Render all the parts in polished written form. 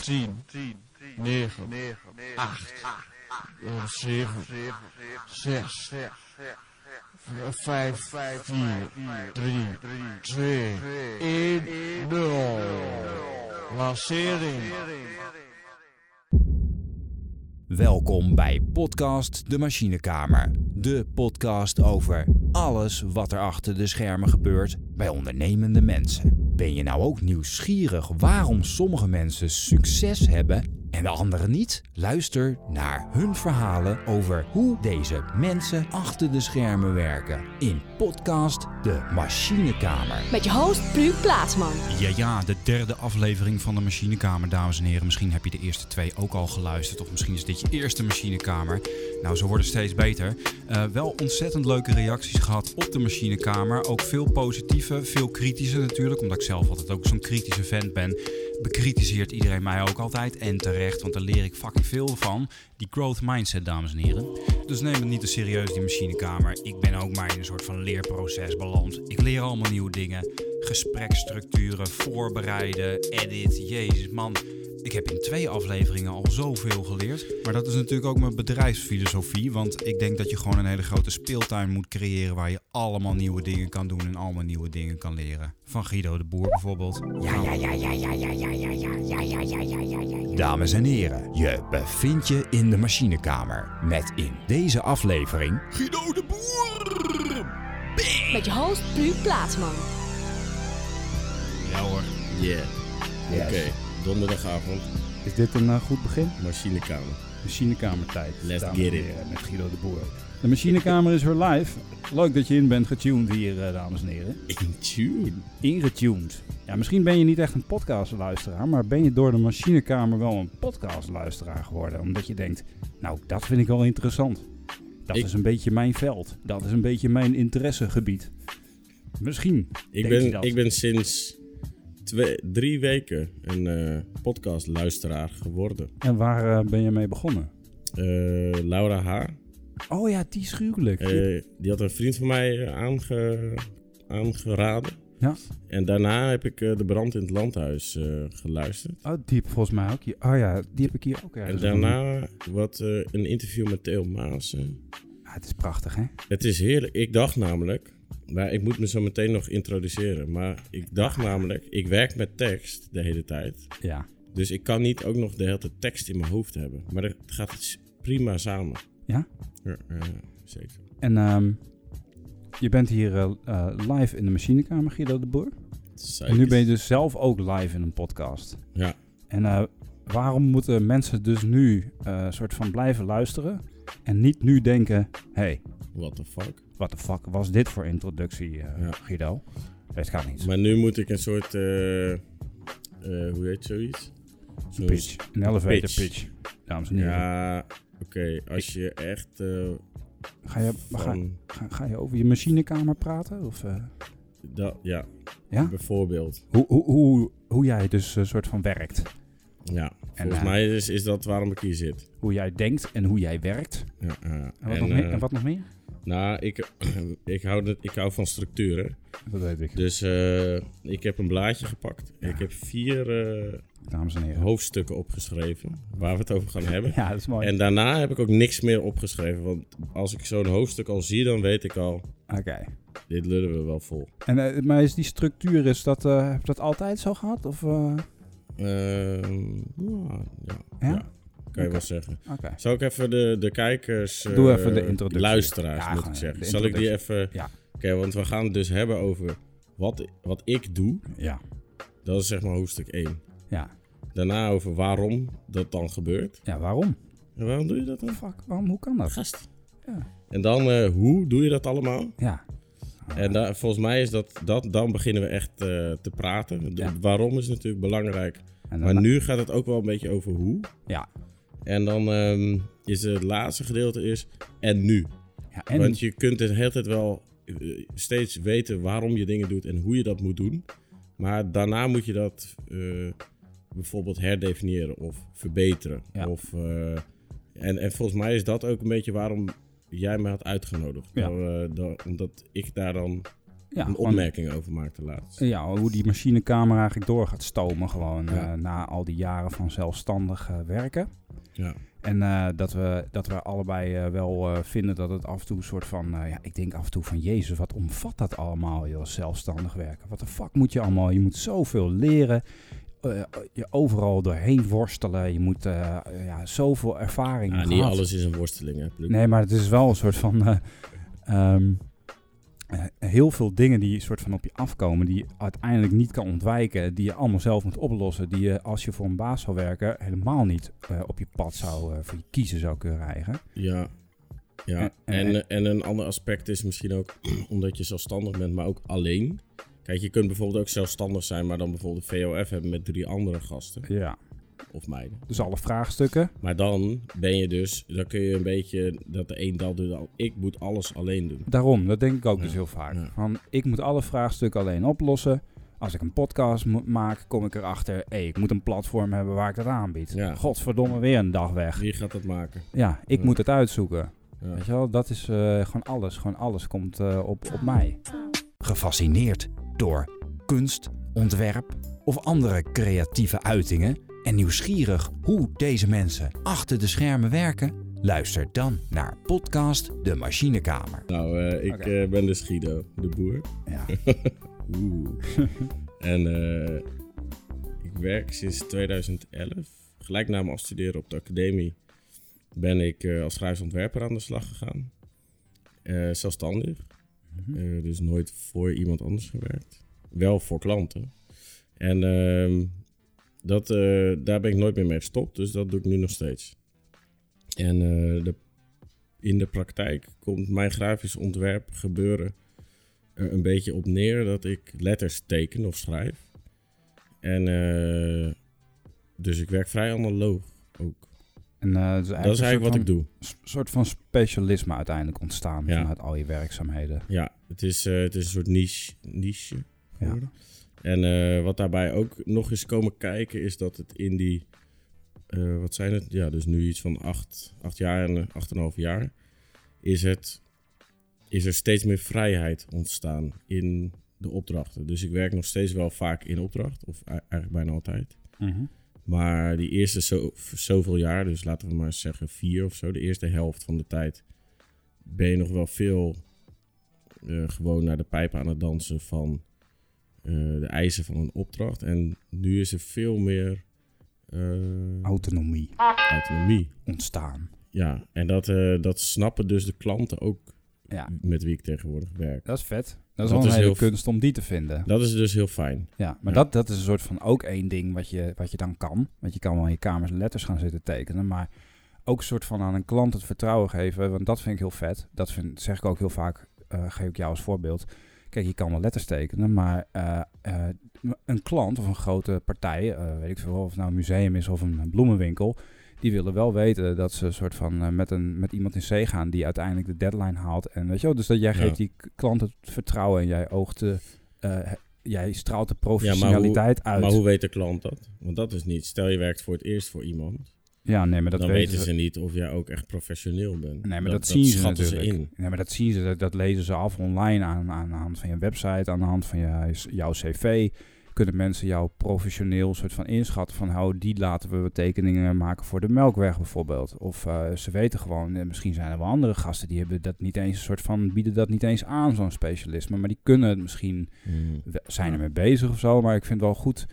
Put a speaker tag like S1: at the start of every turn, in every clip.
S1: 10, 9, 8, 7, 6, 5, 4, 3, 2, 1, 0. Lancering.
S2: Welkom bij podcast De Machinekamer. De podcast over alles wat er achter de schermen gebeurt bij ondernemende mensen. Ben je nou ook nieuwsgierig waarom sommige mensen succes hebben en de anderen niet? Luister naar hun verhalen over hoe deze mensen achter de schermen werken in podcast De Machinekamer.
S3: Met je host Pru Plaatsman.
S4: Ja, de derde aflevering van de Machinekamer, dames en heren. Misschien heb je de eerste 2 ook al geluisterd, of misschien is dit je eerste Machinekamer. Nou, ze worden steeds beter. Wel ontzettend leuke reacties gehad op de Machinekamer. Ook veel positieve, veel kritische natuurlijk, omdat ik zelf altijd ook zo'n kritische vent ben. Bekritiseert iedereen mij ook altijd en terecht, want daar leer ik fucking veel van. Die growth mindset, dames en heren. Dus neem het niet te serieus, die Machinekamer. Ik ben ook maar in een soort van leerproces beland. Ik leer allemaal nieuwe dingen. Gespreksstructuren, voorbereiden, edit. Jezus man, ik heb in 2 afleveringen al zoveel geleerd. Maar dat is natuurlijk ook mijn bedrijfsfilosofie. Want ik denk dat je gewoon een hele grote speeltuin moet creëren waar je allemaal nieuwe dingen kan doen en allemaal nieuwe dingen kan leren. Van Guido de Boer bijvoorbeeld.
S2: Ja. Dames en heren, je bevindt je in de Machinekamer met in deze aflevering
S4: Guido de Boer! Bang!
S3: Met je host Pru Plaatsman.
S4: Ja hoor.
S5: Yeah.
S2: Yes.
S5: Oké, donderdagavond,
S6: Is dit een goed begin?
S5: Machinekamer.
S6: Machinekamertijd.
S5: Let's
S6: dames
S5: get
S6: en
S5: it.
S6: heren, met Guido de Boer. De Machinekamer is weer live. Leuk dat je in bent getuned hier, dames en heren.
S5: In tune.
S6: Ingetuned. Ja, misschien ben je niet echt een podcastluisteraar, maar ben je door de Machinekamer wel een podcastluisteraar geworden? Omdat je denkt, nou, dat vind ik wel interessant. Dat is een beetje mijn veld. Dat is een beetje mijn interessegebied. Misschien. denk je dat.
S5: Ik ben sinds 3 weken een podcastluisteraar geworden.
S6: En waar ben je mee begonnen?
S5: Laura H.
S6: Oh ja, die is gruwelijk.
S5: Die had een vriend van mij aangeraden.
S6: Ja.
S5: En daarna heb ik De Brand in het Landhuis geluisterd.
S6: Oh, die heb ik volgens mij ook hier. Oh ja, die heb ik hier ook
S5: En
S6: ergens.
S5: daarna een interview met Theo Maassen.
S6: Ah, het is prachtig, hè?
S5: Het is heerlijk. Ik dacht namelijk, maar ik moet me zo meteen nog introduceren. Maar ik dacht namelijk, ik werk met tekst de hele tijd.
S6: Ja.
S5: Dus ik kan niet ook nog de hele tijd tekst in mijn hoofd hebben. Maar het gaat prima samen.
S6: Ja?
S5: Ja, zeker.
S6: En je bent hier live in de Machinekamer, Guido de Boer. En nu ben je dus zelf ook live in een podcast.
S5: Ja.
S6: En waarom moeten mensen dus nu soort van blijven luisteren en niet nu denken, hey,
S5: What the fuck?
S6: what the fuck was dit voor introductie, Guido? Het gaat niet.
S5: Maar nu moet ik een soort, hoe heet zoiets? Zo'n
S6: Pitch. Een elevator
S5: pitch.
S6: pitch. Dames en heren.
S5: Ja, oké. Als je echt
S6: Ga je over je Machinekamer praten? Of,
S5: ja,
S6: ja?
S5: bijvoorbeeld.
S6: Hoe jij dus soort van werkt.
S5: Ja, volgens mij is dat waarom ik hier zit.
S6: Hoe jij denkt en hoe jij werkt.
S5: Ja,
S6: En wat nog meer?
S5: Nou, ik hou van structuren.
S6: Dat weet ik.
S5: Dus ik heb een blaadje gepakt.
S6: Ja.
S5: Ik heb 4
S6: Dames en heren.
S5: hoofdstukken opgeschreven waar we het over gaan hebben.
S6: Ja, dat is mooi.
S5: En daarna heb ik ook niks meer opgeschreven. Want als ik zo'n hoofdstuk al zie, dan weet ik al,
S6: Oké.
S5: dit lullen we wel vol.
S6: En maar is die structuur, heb je dat altijd zo gehad? Of,
S5: Ja, kan je wel zeggen.
S6: Oké.
S5: Zal ik even de kijkers,
S6: Doe even de introductie.
S5: luisteraars
S6: Ja,
S5: moet
S6: gewoon
S5: ik zeggen.
S6: de
S5: Zal ik die
S6: introductie.
S5: even...
S6: Ja.
S5: Oké, want we gaan het dus hebben over wat ik doe.
S6: Ja.
S5: Dat is zeg maar hoofdstuk 1.
S6: Ja.
S5: Daarna over waarom dat dan gebeurt.
S6: Ja, waarom?
S5: En waarom doe je dat dan?
S6: Fuck, hoe kan dat?
S5: Gast.
S6: Ja.
S5: En dan hoe doe je dat allemaal?
S6: Ja.
S5: En volgens mij is dat dan beginnen we echt te praten.
S6: Ja.
S5: Waarom is natuurlijk belangrijk.
S6: En
S5: Maar nu gaat het ook wel een beetje over hoe.
S6: Ja.
S5: En dan is het laatste gedeelte is en nu.
S6: Ja, en
S5: Want je kunt de hele tijd wel steeds weten waarom je dingen doet en hoe je dat moet doen. Maar daarna moet je dat bijvoorbeeld herdefiniëren of verbeteren.
S6: Ja.
S5: En volgens mij is dat ook een beetje waarom jij me had uitgenodigd.
S6: Ja.
S5: Omdat ik daar dan
S6: Ja,
S5: een opmerking over maakte laatst.
S6: Ja, hoe die machinekamer eigenlijk door gaat stomen gewoon
S5: Ja.
S6: na al die jaren van zelfstandig werken.
S5: Ja.
S6: En dat we allebei wel vinden dat het af en toe een soort van... ik denk af en toe van, Jezus, wat omvat dat allemaal, joh, zelfstandig werken? Wat de fuck moet je allemaal? Je moet zoveel leren, je overal doorheen worstelen. Je moet zoveel ervaring
S5: Ja, niet
S6: gehad.
S5: alles is een worsteling, hè, Pluk?
S6: Nee, maar het is wel een soort van... heel veel dingen die soort van op je afkomen, die je uiteindelijk niet kan ontwijken, die je allemaal zelf moet oplossen, die je als je voor een baas zou werken helemaal niet op je pad voor je kiezen zou kunnen krijgen.
S5: Ja. Ja. En een ander aspect is misschien ook omdat je zelfstandig bent, maar ook alleen. Kijk, je kunt bijvoorbeeld ook zelfstandig zijn, maar dan bijvoorbeeld een VOF hebben met 3 andere gasten.
S6: Ja.
S5: Of meiden.
S6: Dus alle vraagstukken.
S5: Maar dan kun je een beetje dat de een dat doet. Ik moet alles alleen doen.
S6: Daarom, dat denk ik ook dus heel vaak.
S5: Ja.
S6: Van, ik moet alle vraagstukken alleen oplossen. Als ik een podcast maak, kom ik erachter, ik moet een platform hebben waar ik dat aanbied.
S5: Ja.
S6: Godverdomme, weer een dag weg.
S5: Wie gaat dat maken?
S6: Ja, ik moet het uitzoeken.
S5: Ja.
S6: Weet je wel, dat is gewoon alles. Gewoon alles komt op mij.
S2: Gefascineerd door kunst, ontwerp of andere creatieve uitingen en nieuwsgierig hoe deze mensen achter de schermen werken? Luister dan naar podcast De Machinekamer.
S5: Nou, ik ben dus Guido, de boer.
S6: Ja.
S5: Oeh. En ik werk sinds 2011. Gelijk na mijn afstuderen op de academie ben ik als grafisch ontwerper aan de slag gegaan. Zelfstandig. Dus nooit voor iemand anders gewerkt. Wel voor klanten. En daar ben ik nooit meer mee gestopt. Dus dat doe ik nu nog steeds. En in de praktijk komt mijn grafisch ontwerp gebeuren er een beetje op neer dat ik letters teken of schrijf. En dus ik werk vrij analoog ook.
S6: En,
S5: Dat is eigenlijk wat ik doe.
S6: Een soort van specialisme uiteindelijk ontstaan
S5: Ja.
S6: vanuit al je werkzaamheden.
S5: Ja, het is een soort niche
S6: Ja.
S5: geworden. En wat daarbij ook nog is komen kijken is dat het in die, wat zijn het? Ja, dus nu iets van 8 jaar en 8,5 jaar is er steeds meer vrijheid ontstaan in de opdrachten. Dus ik werk nog steeds wel vaak in opdracht, of eigenlijk bijna altijd. Maar die eerste zoveel jaar, dus laten we maar zeggen 4 of zo, de eerste helft van de tijd, ben je nog wel veel gewoon naar de pijpen aan het dansen van de eisen van een opdracht. En nu is er veel meer
S6: Autonomie
S5: autonomie.
S6: ontstaan.
S5: Ja, en dat snappen dus de klanten ook
S6: Ja,
S5: met wie ik tegenwoordig werk.
S6: dat is vet. Dat is
S5: Dat
S6: wel
S5: is
S6: een hele
S5: heel
S6: kunst om die te vinden.
S5: Dat is dus heel fijn.
S6: Ja, maar
S5: Ja.
S6: Dat is een soort van ook één ding wat je dan kan. Want je kan wel in je kamers letters gaan zitten tekenen, maar ook een soort van aan een klant het vertrouwen geven. Want dat vind ik heel vet. Zeg ik ook heel vaak, geef ik jou als voorbeeld. Kijk, je kan wel letters tekenen, maar een klant of een grote partij, weet ik veel, of het nou een museum is of een bloemenwinkel, die willen wel weten dat ze een soort van met iemand in zee gaan die uiteindelijk de deadline haalt. En weet je wel, dus dat jij geeft die klant het vertrouwen en jij jij straalt de professionaliteit uit.
S5: Maar hoe weet de klant dat? Want dat is niet. Stel je werkt voor het eerst voor iemand.
S6: Ja, nee, maar dat
S5: dan weten ze niet of jij ook echt professioneel bent.
S6: Nee, maar dat zien ze
S5: schatten
S6: natuurlijk.
S5: ze in.
S6: Nee, maar dat zien ze, dat lezen ze af online aan de hand van je website, aan de hand van jouw cv. Kunnen mensen jou professioneel soort van inschatten van, die laten we tekeningen maken voor de Melkweg bijvoorbeeld. Of ze weten gewoon, misschien zijn er wel andere gasten die hebben dat niet eens bieden dat niet eens aan, zo'n specialisme. Maar die kunnen het misschien, zijn er mee bezig of zo. Maar ik vind het wel goed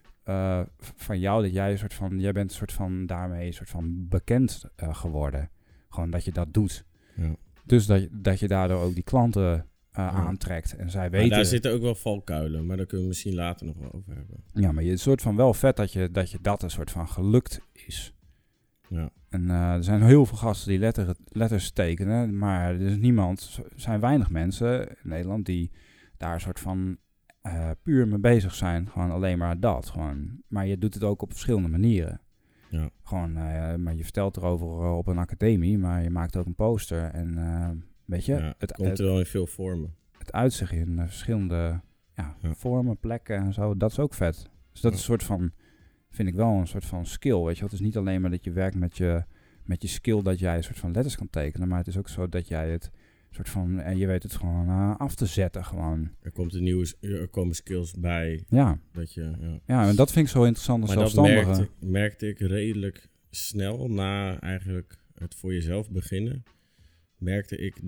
S6: van jou dat jij jij bent een soort van daarmee een soort van bekend geworden. Gewoon dat je dat doet.
S5: Ja.
S6: Dus dat je daardoor ook die klanten aantrekt. En zij weten...
S5: Maar daar zitten ook wel valkuilen, maar daar kunnen we misschien later nog wel over hebben.
S6: Ja, maar je is soort van wel vet dat een soort van gelukt is.
S5: Ja.
S6: En er zijn heel veel gasten die letters tekenen, maar er zijn weinig mensen in Nederland die daar een soort van puur mee bezig zijn. Gewoon alleen maar dat. Gewoon. Maar je doet het ook op verschillende manieren.
S5: Ja.
S6: Gewoon, maar je vertelt erover op een academie, maar je maakt ook een poster. En weet je,
S5: Ja, het komt er wel in veel vormen.
S6: Het uitzicht in verschillende vormen, plekken en zo, dat is ook vet. Dus dat is een soort van, vind ik wel een soort van skill, weet je wel. Het is niet alleen maar dat je werkt met je skill dat jij een soort van letters kan tekenen, maar het is ook zo dat jij het soort van, en je weet het gewoon af te zetten gewoon.
S5: Er komen skills bij.
S6: Ja.
S5: Dat je,
S6: Ja, en dat vind ik zo interessant als
S5: maar
S6: zelfstandige.
S5: dat merkte ik redelijk snel na eigenlijk het voor jezelf beginnen. Merkte ik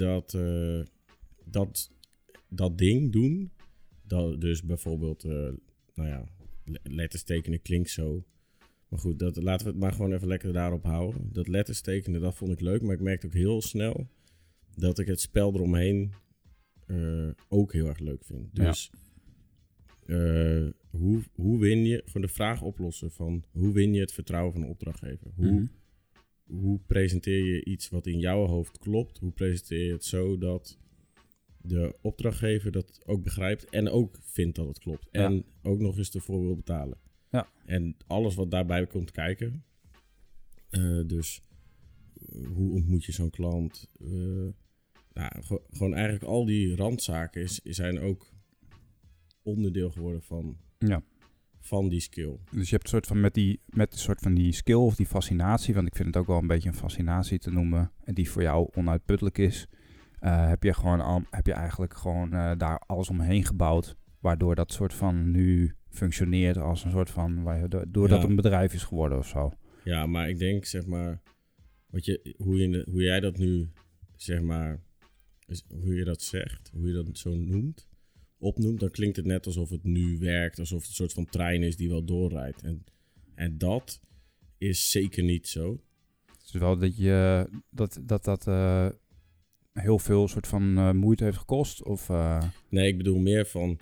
S5: dat ding doen. Dat dus bijvoorbeeld, letters tekenen klinkt zo. Maar goed, laten we het maar gewoon even lekker daarop houden. Dat letters tekenen, dat vond ik leuk. Maar ik merkte ook heel snel dat ik het spel eromheen ook heel erg leuk vind. Dus hoe win je, gewoon de vraag oplossen van hoe win je het vertrouwen van de opdrachtgever? Hoe presenteer je iets wat in jouw hoofd klopt? Hoe presenteer je het zo dat de opdrachtgever dat ook begrijpt en ook vindt dat het klopt? Ja. En ook nog eens ervoor wil betalen.
S6: Ja.
S5: En alles wat daarbij komt kijken. Dus hoe ontmoet je zo'n klant? Gewoon eigenlijk al die randzaken zijn ook onderdeel geworden van die skill.
S6: Dus je hebt een soort van met een soort van die skill of die fascinatie, want ik vind het ook wel een beetje een fascinatie te noemen, en die voor jou onuitputtelijk is, heb je eigenlijk gewoon daar alles omheen gebouwd, waardoor dat soort van nu functioneert als een soort van, doordat het een bedrijf is geworden of zo.
S5: Ja, maar ik denk, zeg maar, hoe jij dat nu, zeg maar, hoe je dat zegt, hoe je dat zo opnoemt, dan klinkt het net alsof het nu werkt, alsof het een soort van trein is die wel doorrijdt. En dat is zeker niet zo.
S6: Het is wel dat heel veel soort van moeite heeft gekost? Of,
S5: Nee, ik bedoel meer van,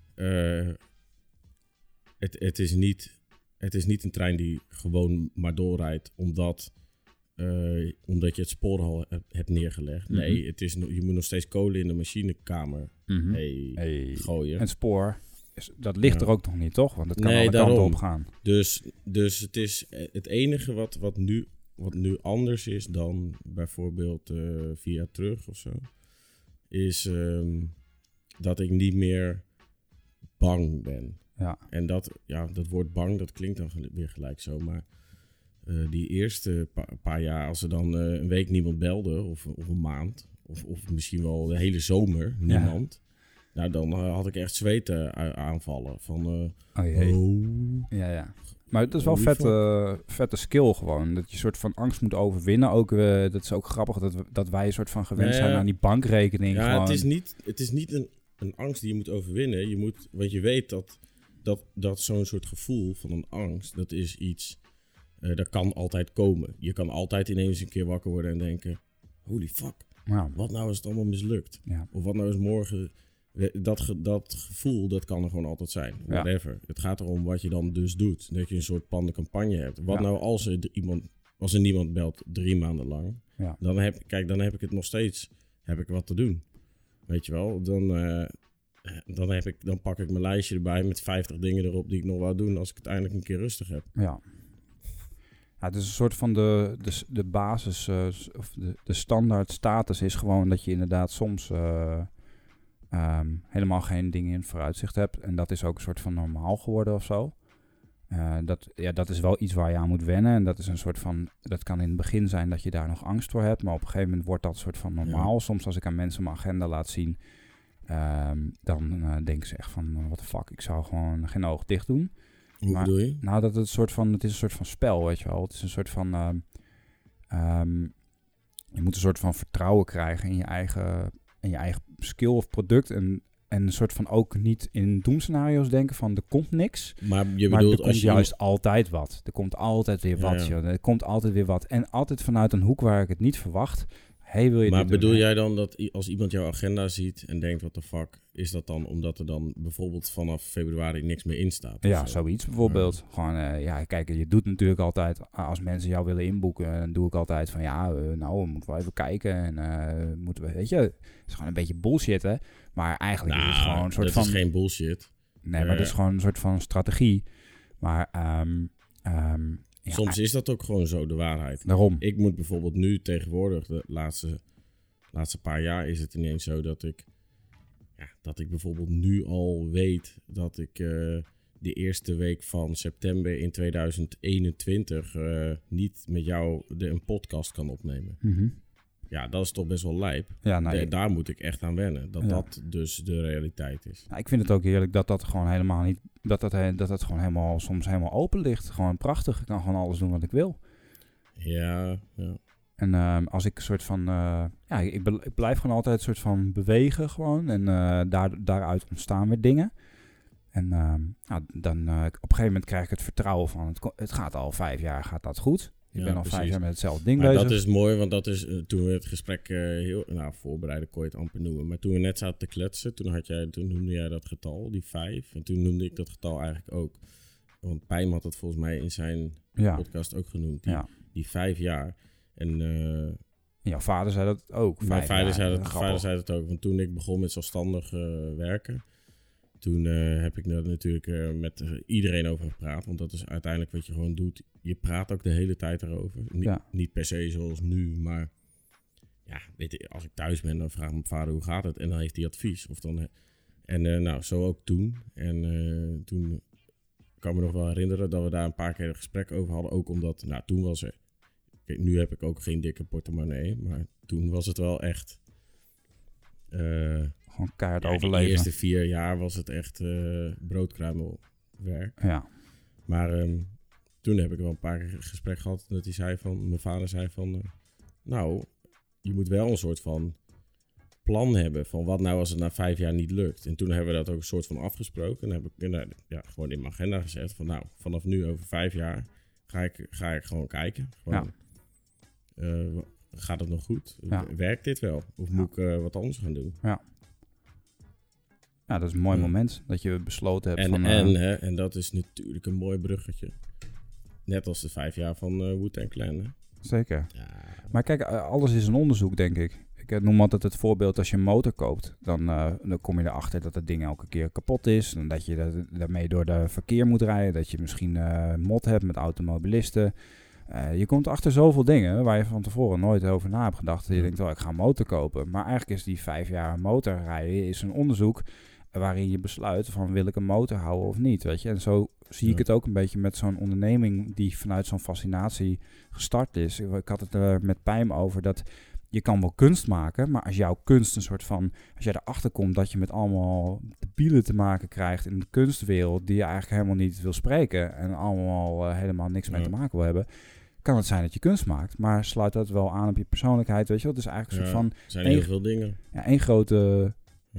S5: het is niet een trein die gewoon maar doorrijdt omdat je het spoor al hebt neergelegd. Mm-hmm. Nee, je moet nog steeds kolen in de machinekamer gooien. En
S6: spoor, dat ligt er ook nog niet, toch? Want dat kan alle kanten op gaan.
S5: Dus het is het enige wat nu anders is dan bijvoorbeeld 4 jaar terug of zo, is dat ik niet meer bang ben. Ja. En dat woord bang, dat klinkt dan weer gelijk zo, maar die eerste paar jaar, als er dan een week niemand belde, of een maand, of misschien wel de hele zomer niemand, nou dan had ik echt zweten aanvallen van
S6: Ja. Maar het is wel vette skill gewoon, dat je soort van angst moet overwinnen. Ook, dat is ook grappig dat wij een soort van gewend zijn aan die bankrekening.
S5: Ja,
S6: gewoon.
S5: Het is niet een angst die je moet overwinnen. Want je weet dat zo'n soort gevoel van een angst, dat is iets, dat kan altijd komen. Je kan altijd ineens een keer wakker worden en denken, holy fuck, wat nou is het allemaal mislukt? Ja. Of wat nou is morgen, dat gevoel, dat kan er gewoon altijd zijn. Whatever. Het gaat erom wat je dan dus doet. Dat je een soort campagne hebt. Wat nou als er niemand belt 3 maanden lang, dan heb ik het nog steeds, heb ik wat te doen. Weet je wel, dan pak ik mijn lijstje erbij met 50 dingen erop die ik nog wou doen als ik het eindelijk een keer rustig heb.
S6: Ja. Ja, het is een soort van de basis, of de standaard status is gewoon dat je inderdaad soms helemaal geen dingen in vooruitzicht hebt. En dat is ook een soort van normaal geworden of zo. Dat is wel iets waar je aan moet wennen. En dat is een soort van, dat kan in het begin zijn dat je daar nog angst voor hebt. Maar op een gegeven moment wordt dat een soort van normaal. Ja. Soms als ik aan mensen mijn agenda laat zien, dan denken ze echt van, what the fuck, ik zou gewoon geen oog dicht doen.
S5: Hoe bedoel je?
S6: Nou, het is een soort van spel, weet je wel. Het is een soort van, je moet een soort van vertrouwen krijgen in je eigen skill of product. En een soort van ook niet in doemscenario's denken van er komt niks. Maar je bedoelt er komt juist altijd wat. Er komt altijd weer wat. Ja. Er komt altijd weer wat. En altijd vanuit een hoek waar ik het niet verwacht. Wil je
S5: maar bedoel jij dan dat als iemand jouw agenda ziet en denkt, what the fuck, is dat dan omdat er dan bijvoorbeeld vanaf februari niks meer in staat?
S6: Ja, zoiets bijvoorbeeld. Ja. Gewoon, kijk, je doet natuurlijk altijd, als mensen jou willen inboeken, dan doe ik altijd van, we moeten wel even kijken en moeten we, weet je, het is gewoon een beetje bullshit, hè? Maar eigenlijk is het gewoon een soort van...
S5: dat is geen bullshit.
S6: Nee, maar het is gewoon een soort van strategie. Maar...
S5: soms is dat ook gewoon zo, de waarheid.
S6: Daarom.
S5: Ik moet bijvoorbeeld nu tegenwoordig, de laatste paar jaar is het ineens zo dat ik bijvoorbeeld nu al weet dat ik de eerste week van september in 2021 niet met jou een podcast kan opnemen.
S6: Mm-hmm.
S5: Ja, dat is toch best wel lijp.
S6: Ja, nou,
S5: Daar moet ik echt aan wennen. Dat
S6: Ja.
S5: dat dus de realiteit is.
S6: nou, ik vind het ook heerlijk dat dat gewoon helemaal niet... Dat gewoon helemaal, soms helemaal open ligt. Gewoon prachtig. Ik kan gewoon alles doen wat ik wil.
S5: Ja.
S6: En als ik een soort van... ik blijf gewoon altijd een soort van bewegen gewoon. En daaruit ontstaan weer dingen. En dan op een gegeven moment krijg ik het vertrouwen van... Het gaat al 5 jaar, gaat dat goed? Ik ben al 5 jaar met hetzelfde ding
S5: Maar
S6: bezig.
S5: dat is mooi, want dat is toen we het gesprek voorbereiden kon je het amper noemen. Maar toen we net zaten te kletsen, toen noemde jij dat getal, die 5. En toen noemde ik dat getal eigenlijk ook. Want Pijm had het volgens mij in zijn podcast ook genoemd. Die 5 jaar. En
S6: jouw vader zei dat ook.
S5: Mijn vader zei dat ook. Want toen ik begon met zelfstandig werken... Toen heb ik er natuurlijk met iedereen over gepraat. Want dat is uiteindelijk wat je gewoon doet. Je praat ook de hele tijd erover. Niet per se zoals nu, maar... Ja, weet je, als ik thuis ben, dan vraagt mijn vader hoe gaat het. En dan heeft hij advies. Zo ook toen. En toen kan ik me nog wel herinneren dat we daar een paar keer een gesprek over hadden. Ook omdat, toen was er... Kijk, nu heb ik ook geen dikke portemonnee. Maar toen was het wel echt...
S6: Gewoon keihard overleven.
S5: De eerste 4 jaar was het echt broodkruimelwerk.
S6: Ja.
S5: Maar toen heb ik wel een paar keer een gesprek gehad dat mijn vader zei van... je moet wel een soort van plan hebben van wat nou als het na 5 jaar niet lukt. En toen hebben we dat ook een soort van afgesproken. En heb ik gewoon in mijn agenda gezet van vanaf nu over 5 jaar ga ik gewoon kijken. Gaat het nog goed?
S6: Ja.
S5: Werkt dit wel? Of moet ik wat anders gaan doen?
S6: Ja. Ja, dat is een mooi moment dat je besloten hebt.
S5: En dat is natuurlijk een mooi bruggetje. Net als de 5 jaar van Wu-Tang Clan. Hè?
S6: Zeker.
S5: Ja.
S6: Maar kijk, alles is een onderzoek, denk ik. Ik noem altijd het voorbeeld als je een motor koopt. Dan kom je erachter dat het ding elke keer kapot is. En dat je daarmee door de verkeer moet rijden. Dat je misschien mot hebt met automobilisten. Je komt achter zoveel dingen waar je van tevoren nooit over na hebt gedacht. Dat je denkt, ik ga een motor kopen. Maar eigenlijk is die 5 jaar motor rijden is een onderzoek waarin je besluit van wil ik een motor houden of niet. Weet je? En zo zie ik het ook een beetje met zo'n onderneming die vanuit zo'n fascinatie gestart is. Ik had het er met Pijm over dat je kan wel kunst maken, maar als jouw kunst een soort van... Als jij erachter komt dat je met allemaal debielen te maken krijgt in de kunstwereld die je eigenlijk helemaal niet wil spreken en allemaal helemaal niks mee te maken wil hebben, kan het zijn dat je kunst maakt, maar sluit dat wel aan op je persoonlijkheid, weet je wel? Het is eigenlijk een soort van...
S5: Er zijn heel veel dingen.
S6: Ja, één grote...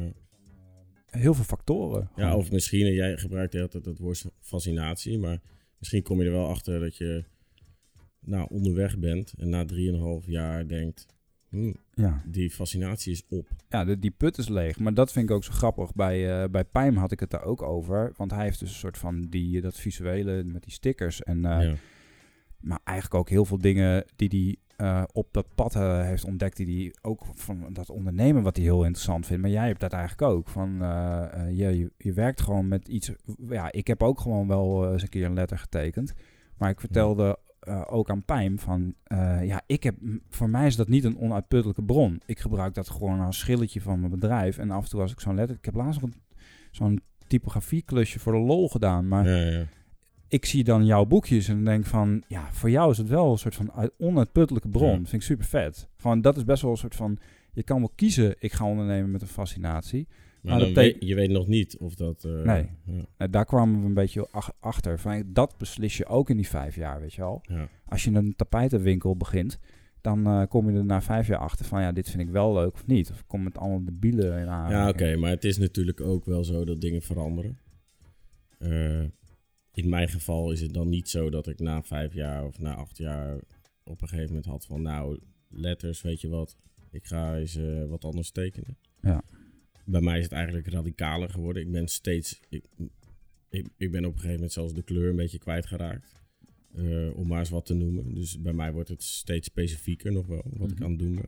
S6: Heel veel factoren.
S5: Ja, of misschien, jij gebruikt altijd het woord fascinatie, maar misschien kom je er wel achter dat je onderweg bent en na 3,5 jaar denkt, die fascinatie is op. Ja,
S6: die put is leeg. Maar dat vind ik ook zo grappig. Bij Pijm had ik het daar ook over, want hij heeft dus een soort van dat visuele met die stickers en... Maar eigenlijk ook heel veel dingen die hij op dat pad heeft ontdekt, die hij ook van dat ondernemen wat hij heel interessant vindt. Maar jij hebt dat eigenlijk ook. Je werkt gewoon met iets... Ja, ik heb ook gewoon wel eens een keer een letter getekend. Maar ik vertelde ook aan Pijm van... voor mij is dat niet een onuitputtelijke bron. Ik gebruik dat gewoon als schilletje van mijn bedrijf. En af en toe als ik zo'n letter... Ik heb laatst nog zo'n typografieklusje voor de lol gedaan. Maar... Ja. Ik zie dan jouw boekjes en denk van... Ja, voor jou is het wel een soort van onuitputtelijke bron. Ja. Vind ik super vet. Gewoon, dat is best wel een soort van... Je kan wel kiezen, ik ga ondernemen met een fascinatie.
S5: Maar je weet nog niet of dat...
S6: nee, daar kwamen we een beetje achter. Van, dat beslis je ook in die 5 jaar, weet je wel. Ja. Als je een tapijtenwinkel begint... Dan kom je er na 5 jaar achter van... dit vind ik wel leuk of niet. Of kom met allemaal debielen in aan.
S5: Ja, oké, maar het is natuurlijk ook wel zo dat dingen veranderen. In mijn geval is het dan niet zo dat ik na 5 jaar of na 8 jaar op een gegeven moment had van... letters, weet je wat, ik ga eens wat anders tekenen. Ja. Bij mij is het eigenlijk radicaler geworden. Ik ben steeds... Ik ben op een gegeven moment zelfs de kleur een beetje kwijtgeraakt. Om maar eens wat te noemen. Dus bij mij wordt het steeds specifieker nog wel, wat ik aan het doen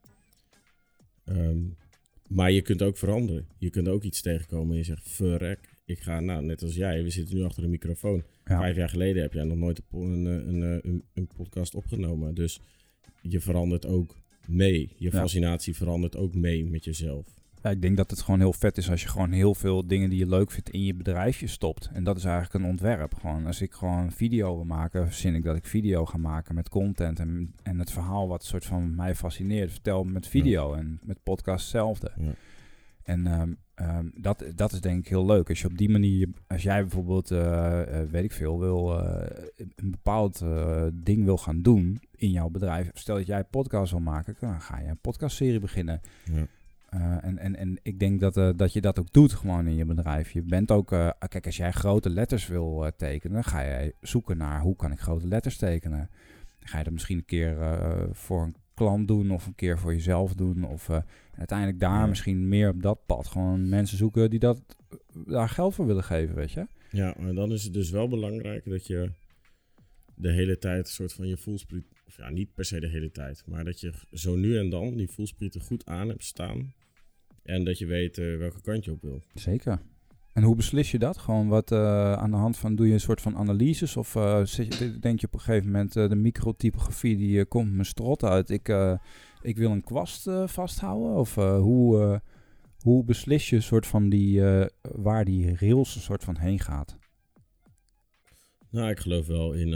S5: ben. Maar je kunt ook veranderen. Je kunt ook iets tegenkomen en je zegt, verrek. Ik ga, net als jij, we zitten nu achter een microfoon. Ja. 5 jaar geleden heb jij nog nooit een podcast opgenomen. Dus je verandert ook mee. Je fascinatie verandert ook mee met jezelf.
S6: Ja, ik denk dat het gewoon heel vet is als je gewoon heel veel dingen die je leuk vindt in je bedrijfje stopt. En dat is eigenlijk een ontwerp. Gewoon, als ik gewoon video wil maken, verzin ik dat ik video ga maken met content. En het verhaal wat soort van mij fascineert, vertel met video. En met podcast hetzelfde.
S5: Ja.
S6: En dat is denk ik heel leuk. Als je op die manier, als jij bijvoorbeeld, weet ik veel, een bepaald ding wil gaan doen in jouw bedrijf. Stel dat jij een podcast wil maken, dan ga je een podcastserie beginnen.
S5: Ja.
S6: En ik denk dat je dat ook doet gewoon in je bedrijf. Je bent ook, kijk, als jij grote letters wil tekenen, dan ga je zoeken naar hoe kan ik grote letters tekenen. Dan ga je dat misschien een keer voor een klant doen of een keer voor jezelf doen. Of uiteindelijk daar misschien meer op dat pad. Gewoon mensen zoeken die daar geld voor willen geven, weet je.
S5: Ja, maar dan is het dus wel belangrijk dat je de hele tijd een soort van je voelspriet, of ja, niet per se de hele tijd, maar dat je zo nu en dan die voelsprieten goed aan hebt staan en dat je weet welke kant je op wil.
S6: Zeker. En hoe beslis je dat? Gewoon wat aan de hand van, doe je een soort van analyses of denk je op een gegeven moment de microtypografie die komt mijn strot uit. Ik wil een kwast vasthouden of hoe beslis je soort van waar die rails een soort van heen gaat?
S5: Nou, ik geloof wel in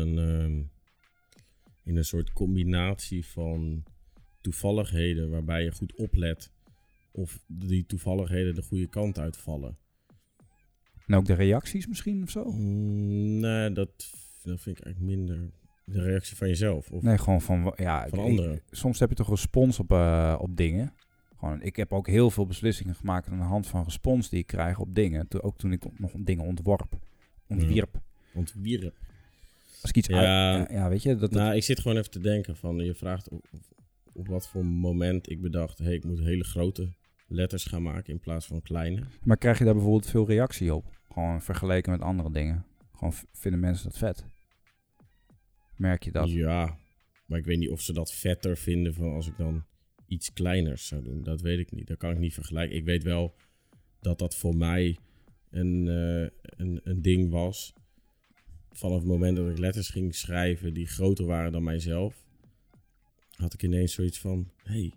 S5: een soort combinatie van toevalligheden waarbij je goed oplet of die toevalligheden de goede kant uitvallen.
S6: En ook de reacties misschien of zo?
S5: Nee, dat vind ik eigenlijk minder de reactie van jezelf. Of
S6: Nee, gewoon van
S5: anderen.
S6: Soms heb je toch respons op dingen. Gewoon, ik heb ook heel veel beslissingen gemaakt aan de hand van respons die ik krijg op dingen. Ook toen ik nog dingen ontwierp.
S5: Ontwierp.
S6: Als ik iets weet je.
S5: Ik zit gewoon even te denken van, je vraagt op wat voor moment ik bedacht, ik moet hele grote letters gaan maken in plaats van kleine.
S6: Maar krijg je daar bijvoorbeeld veel reactie op? Gewoon vergeleken met andere dingen. Gewoon vinden mensen dat vet? Merk je dat?
S5: Ja, maar ik weet niet of ze dat vetter vinden van als ik dan iets kleiners zou doen. Dat weet ik niet. Dat kan ik niet vergelijken. Ik weet wel dat voor mij een ding was. Vanaf het moment dat ik letters ging schrijven die groter waren dan mijzelf, had ik ineens zoiets van,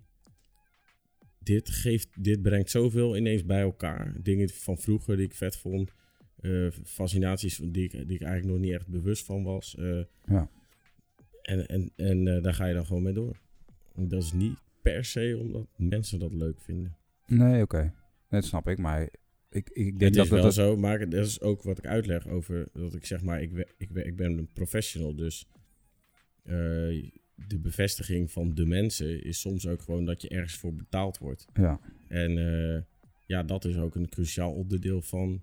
S5: dit brengt zoveel ineens bij elkaar. Dingen van vroeger die ik vet vond. Fascinaties die ik eigenlijk nog niet echt bewust van was.
S6: Ja.
S5: En daar ga je dan gewoon mee door. Dat is niet per se omdat mensen dat leuk vinden.
S6: Nee, oké. Dat snap ik, maar ik denk
S5: het
S6: dat
S5: is wel zo, maar dat is ook wat ik uitleg over dat ik zeg maar, ik ben een professional, dus de bevestiging van de mensen is soms ook gewoon dat je ergens voor betaald wordt.
S6: Ja.
S5: En dat is ook een cruciaal onderdeel van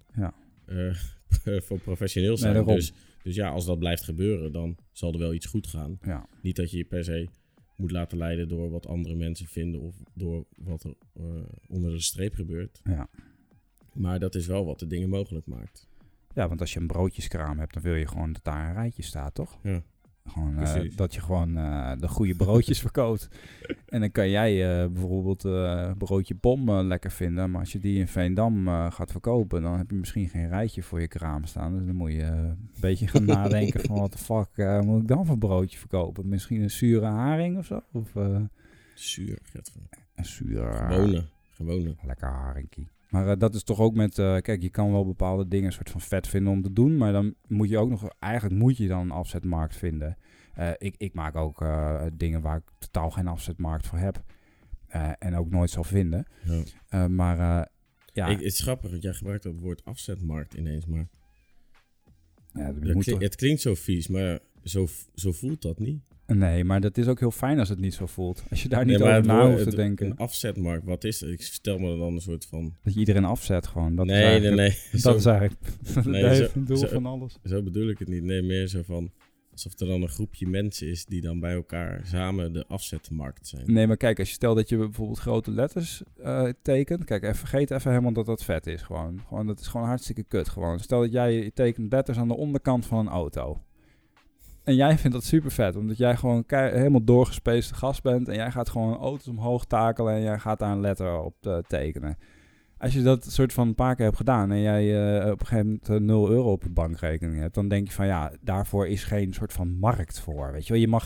S5: voor professioneel zijn. Dus ja, als dat blijft gebeuren, dan zal er wel iets goed gaan.
S6: Ja.
S5: Niet dat je je per se moet laten leiden door wat andere mensen vinden of door wat er onder de streep gebeurt.
S6: Ja.
S5: Maar dat is wel wat de dingen mogelijk maakt.
S6: Ja, want als je een broodjeskraam hebt, dan wil je gewoon dat daar een rijtje staat, toch?
S5: Ja.
S6: Gewoon dat je gewoon de goede broodjes verkoopt. En dan kan jij bijvoorbeeld broodje bom lekker vinden. Maar als je die in Veendam gaat verkopen, dan heb je misschien geen rijtje voor je kraam staan. Dus dan moet je een beetje gaan nadenken van wat de fuck moet ik dan voor broodje verkopen? Misschien een zure haring of zo? Of,
S5: Zuur.
S6: een zure...
S5: Gewone.
S6: Lekker haringkie. Maar dat is toch ook met... kijk, je kan wel bepaalde dingen een soort van vet vinden om te doen. Maar dan moet je ook nog... Eigenlijk moet je dan een afzetmarkt vinden. Ik maak ook dingen waar ik totaal geen afzetmarkt voor heb. En ook nooit zal vinden.
S5: Ja.
S6: Ja...
S5: Het is grappig, want jij gebruikt dat woord afzetmarkt ineens. Maar
S6: Ja,
S5: het klinkt zo vies, maar zo voelt dat niet.
S6: Nee, maar dat is ook heel fijn als het niet zo voelt. Als je daar niet over na hoeft te denken.
S5: Een afzetmarkt, wat is het? Ik stel me dan een soort van...
S6: Dat je iedereen afzet gewoon. Dat
S5: nee.
S6: Dat is eigenlijk het doel van alles.
S5: Zo bedoel ik het niet. Nee, meer zo van... Alsof er dan een groepje mensen is die dan bij elkaar samen de afzetmarkt zijn.
S6: Nee, maar kijk, als je stelt dat je bijvoorbeeld grote letters tekent. Kijk, vergeet even helemaal dat dat vet is. Gewoon, dat is gewoon hartstikke kut. Gewoon. Stel dat jij tekent letters aan de onderkant van een auto. En jij vindt dat super vet, omdat jij gewoon helemaal doorgespeesde gast bent. En jij gaat gewoon auto's omhoog takelen en jij gaat daar een letter op tekenen. Als je dat soort van een paar keer hebt gedaan en jij op een gegeven moment €0 op je bankrekening hebt, dan denk je van ja, daarvoor is geen soort van markt voor. Weet je wel, je mag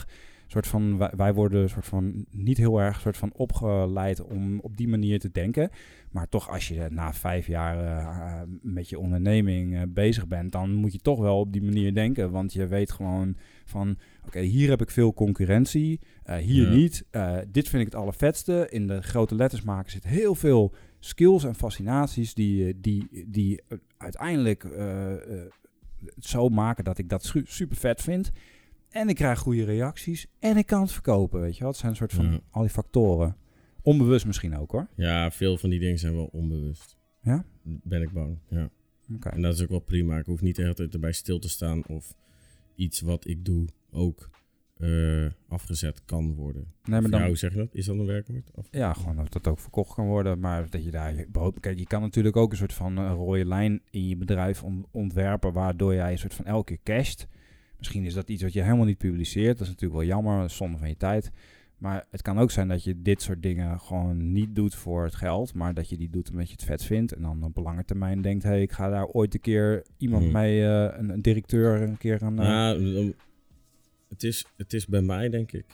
S6: soort van, wij worden soort van niet heel erg soort van opgeleid om op die manier te denken. Maar toch als je na 5 jaar met je onderneming bezig bent, dan moet je toch wel op die manier denken. Want je weet gewoon van, oké, hier heb ik veel concurrentie, hier niet. Dit vind ik het allervetste. In de grote letters maken zit heel veel skills en fascinaties die uiteindelijk het zo maken dat ik dat super vet vind. En ik krijg goede reacties en ik kan het verkopen, weet je wel. Het zijn een soort van al die factoren. Onbewust misschien ook, hoor.
S5: Ja, veel van die dingen zijn wel onbewust.
S6: Ja?
S5: Ben ik bang, ja.
S6: Okay.
S5: En dat is ook wel prima. Ik hoef niet de hele tijd erbij stil te staan of iets wat ik doe ook afgezet kan worden.
S6: Nee, maar
S5: dan, hoe zeg je dat? Is dat een werkwoord?
S6: Ja, gewoon dat dat ook verkocht kan worden. Maar dat je daar... Kijk, je kan natuurlijk ook een soort van rode lijn in je bedrijf ontwerpen, waardoor jij een soort van elke keer casht. Misschien is dat iets wat je helemaal niet publiceert. Dat is natuurlijk wel jammer, dat is zonde van je tijd. Maar het kan ook zijn dat je dit soort dingen gewoon niet doet voor het geld, maar dat je die doet omdat je het vet vindt. En dan op lange termijn denkt, hey, ik ga daar ooit een keer iemand mee, een directeur een keer aan...
S5: Het is bij mij, denk ik.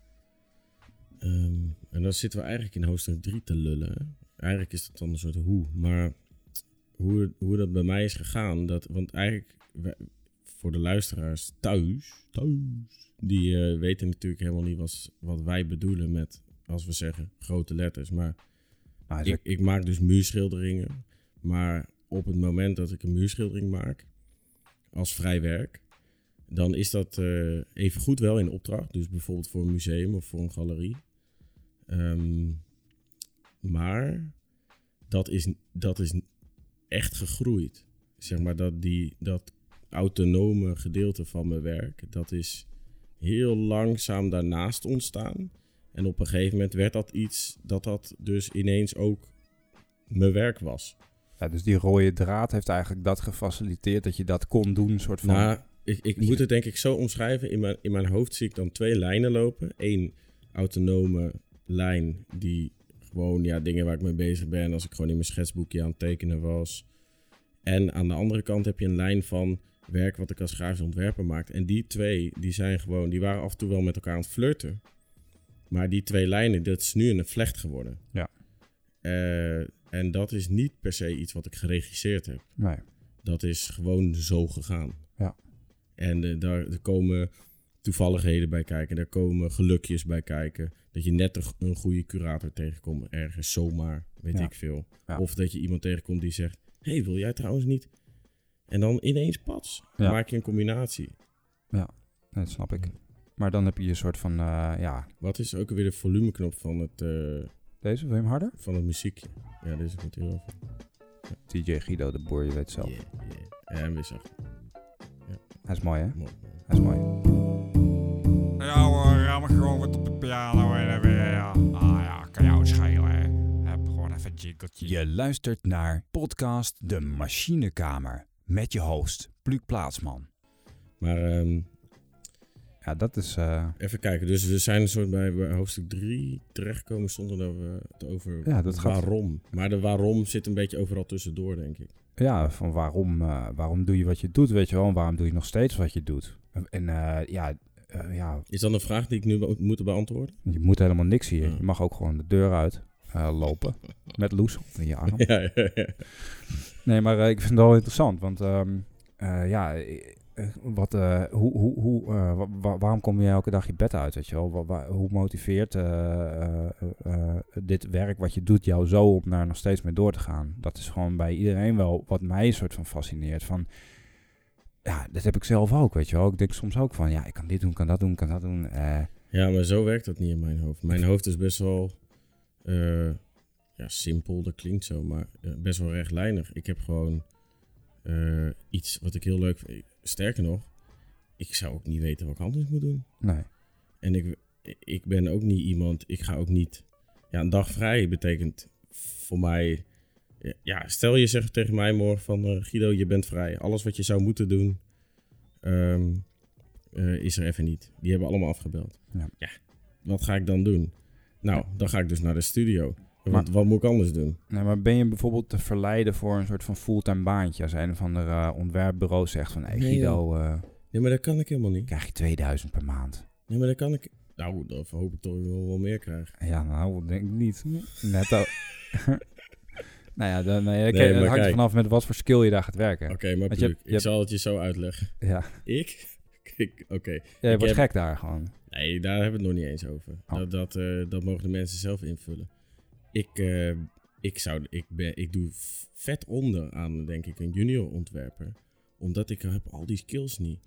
S5: En dan zitten we eigenlijk in hoofdstuk 3 te lullen. Hè? Eigenlijk is dat dan een soort hoe. Maar hoe dat bij mij is gegaan, want eigenlijk voor de luisteraars thuis die weten natuurlijk helemaal niet wat wij bedoelen met, als we zeggen, grote letters. Maar ik maak dus muurschilderingen. Maar op het moment dat ik een muurschildering maak, als vrij werk, dan is dat even goed wel in opdracht. Dus bijvoorbeeld voor een museum of voor een galerie. Maar dat is echt gegroeid. Zeg maar dat autonome gedeelte van mijn werk, dat is heel langzaam daarnaast ontstaan. En op een gegeven moment werd dat iets dat dus ineens ook mijn werk was.
S6: Ja, dus die rode draad heeft eigenlijk dat gefaciliteerd dat je dat kon doen, soort van...
S5: Nou, ik moet het denk ik zo omschrijven. In mijn hoofd zie ik dan 2 lijnen lopen. 1 autonome lijn die gewoon dingen waar ik mee bezig ben, als ik gewoon in mijn schetsboekje aan het tekenen was. En aan de andere kant heb je een lijn van werk wat ik als grafisch ontwerper maakte. En die 2, die waren af en toe wel met elkaar aan het flirten. Maar die 2 lijnen, dat is nu een vlecht geworden.
S6: Ja.
S5: En dat is niet per se iets wat ik geregisseerd heb.
S6: Nee.
S5: Dat is gewoon zo gegaan.
S6: Ja.
S5: En daar komen toevalligheden bij kijken. Daar komen gelukjes bij kijken. Dat je net een goede curator tegenkomt ergens zomaar, weet ik veel. Ja. Of dat je iemand tegenkomt die zegt, hey, wil jij trouwens niet? En dan ineens pats. Dan maak je een combinatie.
S6: Ja, dat snap ik. Maar dan heb je een soort van,
S5: Wat is ook weer de volumeknop van het...
S6: Deze, wil je hem harder?
S5: Van het muziekje. Ja, deze moet heel even.
S6: Ja. DJ Guido de Boer, je weet zelf.
S5: Ja, en weer zacht.
S6: Ja. Hij is mooi, hè?
S5: Mooi.
S6: Hij is mooi.
S1: Ja hoor, ram gewoon wat op de piano en weer, ja. Ah ja, kan jou schelen, hè. Heb gewoon even een jingletje.
S2: Je luistert naar podcast De Machinekamer met je host, Pluuk Plaatsman.
S5: Maar...
S6: ja, dat is...
S5: Even kijken, dus we zijn een soort bij hoofdstuk 3 terechtgekomen zonder dat we het over waarom. Maar de waarom zit een beetje overal tussendoor, denk ik.
S6: Ja, van waarom doe je wat je doet, weet je wel. En waarom doe je nog steeds wat je doet. En
S5: Is dat een vraag die ik nu moet beantwoorden?
S6: Je moet helemaal niks hier. Je mag ook gewoon de deur uit lopen. Met Loes in je arm.
S5: Ja.
S6: Nee, maar ik vind het wel interessant. Want waarom kom je elke dag je bed uit, weet je wel? Hoe motiveert dit werk wat je doet jou zo om daar nog steeds mee door te gaan? Dat is gewoon bij iedereen wel wat mij een soort van fascineert. Van, ja, dat heb ik zelf ook, weet je wel. Ik denk soms ook van, ja, ik kan dit doen, kan dat doen, kan dat doen.
S5: Ja, maar zo werkt dat niet in mijn hoofd. Mijn hoofd is best wel simpel, dat klinkt zo, maar best wel rechtlijnig. Ik heb gewoon iets wat ik heel leuk vind. Sterker nog, ik zou ook niet weten wat ik anders moet doen.
S6: Nee.
S5: En ik ben ook niet iemand, ik ga ook niet... Ja, een dag vrij betekent voor mij... Ja, stel je zegt tegen mij morgen van... Guido, je bent vrij. Alles wat je zou moeten doen... is er even niet. Die hebben allemaal afgebeld. Ja, wat ga ik dan doen? Nou, dan ga ik dus naar de studio. Want wat moet ik anders doen?
S6: Nee, maar ben je bijvoorbeeld te verleiden voor een soort van fulltime baantje? Als een van de ontwerpbureaus zegt van... Hey, Guido...
S5: nee, maar dat kan ik helemaal niet.
S6: Krijg je 2000 per maand.
S5: Nee, maar dat kan ik... Nou, dat hoop ik toch wel meer krijgen.
S6: Ja, nou, denk ik niet. Netto. Nou ja, dan,
S5: Nee,
S6: het
S5: maar
S6: hangt er
S5: kijk.
S6: vanaf met wat voor skill je daar gaat werken.
S5: Oké, maar
S6: Want je
S5: Pluk,
S6: hebt-
S5: ik zal het je zo uitleggen.
S6: Ja.
S5: Ik? Oké.
S6: Ja, je
S5: Ik
S6: wordt
S5: heb-
S6: gek daar gewoon.
S5: Nee, daar hebben we het nog niet eens over.
S6: Oh.
S5: Dat mogen de mensen zelf invullen. Ik doe vet onder aan, denk ik, een junior ontwerper. Omdat ik heb al die skills niet.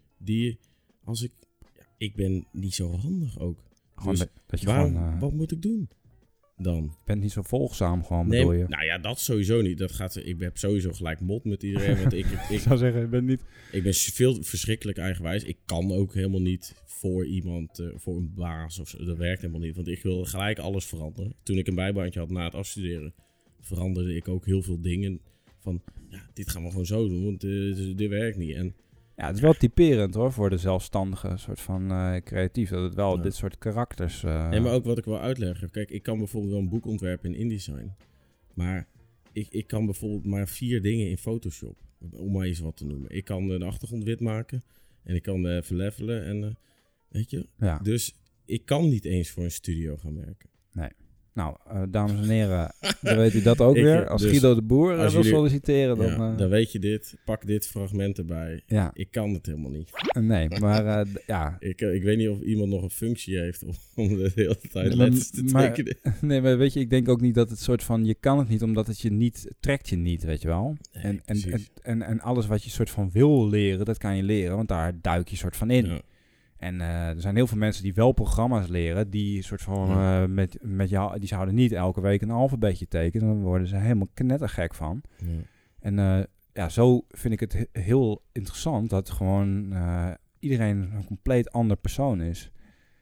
S5: Ik ben niet zo handig ook.
S6: Gewoon
S5: Dus
S6: dat je
S5: wat moet ik doen dan?
S6: bent niet zo volgzaam gewoon,
S5: Nee,
S6: bedoel je?
S5: nou ja, dat sowieso niet. Ik heb sowieso gelijk mot met iedereen. Want
S6: Ik zou zeggen, je bent niet...
S5: ik ben veel verschrikkelijk eigenwijs. Ik kan ook helemaal niet voor iemand, voor een baas of zo. Dat werkt helemaal niet. Want ik wil gelijk alles veranderen. Toen ik een bijbaantje had na het afstuderen, veranderde ik ook heel veel dingen. Van, ja, dit gaan we gewoon zo doen, want dit werkt niet. En
S6: Ja, het is wel typerend hoor, voor de zelfstandige soort van creatief. Dat het wel
S5: Ja.
S6: dit soort karakters...
S5: nee, maar ook wat ik wil uitleggen. Kijk, ik kan bijvoorbeeld wel een boek ontwerpen in InDesign. Maar ik kan bijvoorbeeld maar 4 dingen in Photoshop. Om maar eens wat te noemen. Ik kan de achtergrond wit maken. En ik kan verlevelen. En weet je.
S6: Ja.
S5: Dus ik kan niet eens voor een studio gaan werken.
S6: Nou, dames en heren, dan weet u dat ook
S5: Ik,
S6: weer. Als
S5: dus
S6: Guido de Boer
S5: als
S6: wil
S5: jullie-
S6: solliciteren, dan...
S5: Ja, dan weet je dit. Pak dit fragment erbij.
S6: ja,
S5: Ik kan het helemaal niet.
S6: nee, maar ja...
S5: Ik weet niet of iemand nog een functie heeft om de hele tijd
S6: Nee,
S5: letters te
S6: maar-
S5: tekenen.
S6: Nee, maar weet je, ik denk ook niet dat het soort van... Je kan het niet, omdat het je niet... Trekt je niet, weet je wel.
S5: Nee,
S6: En
S5: precies.
S6: alles wat je soort van wil leren, dat kan je leren. Want daar duik je soort van in.
S5: Ja.
S6: En er zijn heel veel mensen die wel programma's leren, die soort van met jou, die zouden niet elke week een alfabetje tekenen. Dan worden ze helemaal knettergek van.
S5: Ja.
S6: En ja, zo vind ik het heel interessant dat gewoon iedereen een compleet ander persoon is.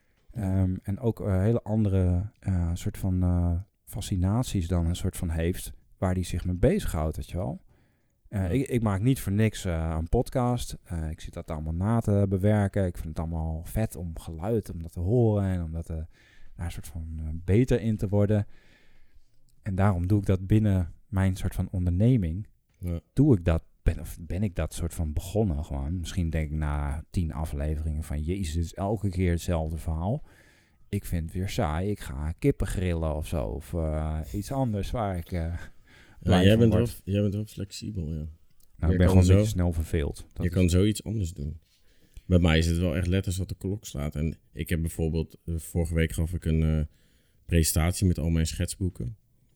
S6: En ook hele andere soort van fascinaties dan een soort van heeft, waar die zich mee bezighoudt, weet je wel. Ik maak niet voor niks een podcast. Ik zit dat allemaal na te bewerken. Ik vind het allemaal vet om geluid, om dat te horen en om dat daar een soort van beter in te worden. En daarom doe ik dat binnen mijn soort van onderneming.
S5: Ja.
S6: Doe ik dat, ben ik dat soort van begonnen gewoon. Misschien denk ik na 10 afleveringen van Jezus, het is elke keer hetzelfde verhaal. Ik vind het weer saai. Ik ga kippen grillen of zo. Of iets anders waar ik...
S5: Ja, jij bent
S6: wordt.
S5: wel flexibel, ja.
S6: Nou,
S5: Je
S6: ik ben
S5: kan
S6: gewoon
S5: zo-
S6: een beetje snel verveeld. Dat
S5: Je
S6: is-
S5: kan zoiets anders doen. Bij mij is het wel echt letters wat de klok slaat. En ik heb bijvoorbeeld, vorige week gaf ik een presentatie met al mijn schetsboeken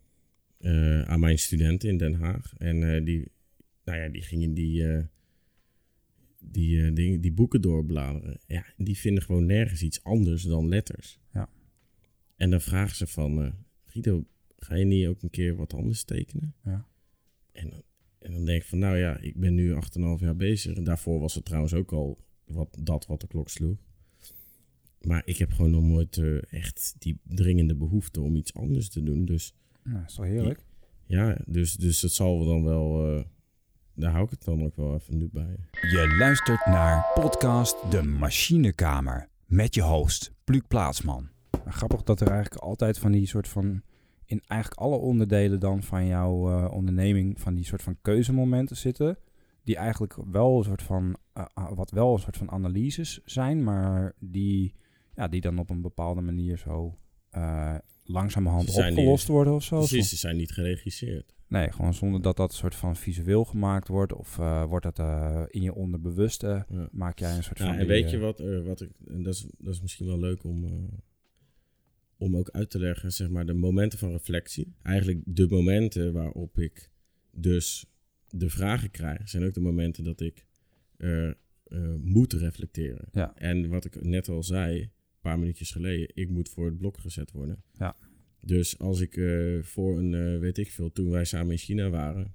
S5: aan mijn studenten in Den Haag. En die gingen die boeken doorbladeren. Ja, en die vinden gewoon nergens iets anders dan letters.
S6: Ja.
S5: En dan vragen ze van, Guido, ga je niet ook een keer wat anders tekenen?
S6: Ja.
S5: En dan denk ik van, nou ja, ik ben nu 8,5 jaar bezig. En daarvoor was het trouwens ook al wat de klok sloeg. Maar ik heb gewoon nog nooit echt die dringende behoefte om iets anders te doen. Dus
S6: Nou, is toch heerlijk?
S5: ja, dus het zal dan wel... daar hou ik het dan ook wel even nu bij.
S2: Je luistert naar podcast De Machinekamer met je host Pluk Plaatsman.
S6: Maar grappig dat er eigenlijk altijd van die soort van... In eigenlijk alle onderdelen dan van jouw onderneming... van die soort van keuzemomenten zitten... die eigenlijk wel een soort van... wat wel een soort van analyses zijn... maar die dan op een bepaalde manier zo... langzamerhand
S5: Ze zijn
S6: opgelost worden of zo.
S5: Precies, ze zijn niet geregisseerd.
S6: Nee, gewoon zonder dat dat soort van visueel gemaakt wordt... of wordt dat in je onderbewuste...
S5: Ja.
S6: maak jij een soort
S5: Ja,
S6: van...
S5: en
S6: die,
S5: weet je wat ik... En dat is misschien wel leuk om ook uit te leggen, zeg maar, de momenten van reflectie. Eigenlijk de momenten waarop ik dus de vragen krijg, zijn ook de momenten dat ik moet reflecteren.
S6: Ja.
S5: En wat ik net al zei, een paar minuutjes geleden, ik moet voor het blok gezet worden.
S6: Ja.
S5: Dus als ik voor een, weet ik veel, toen wij samen in China waren,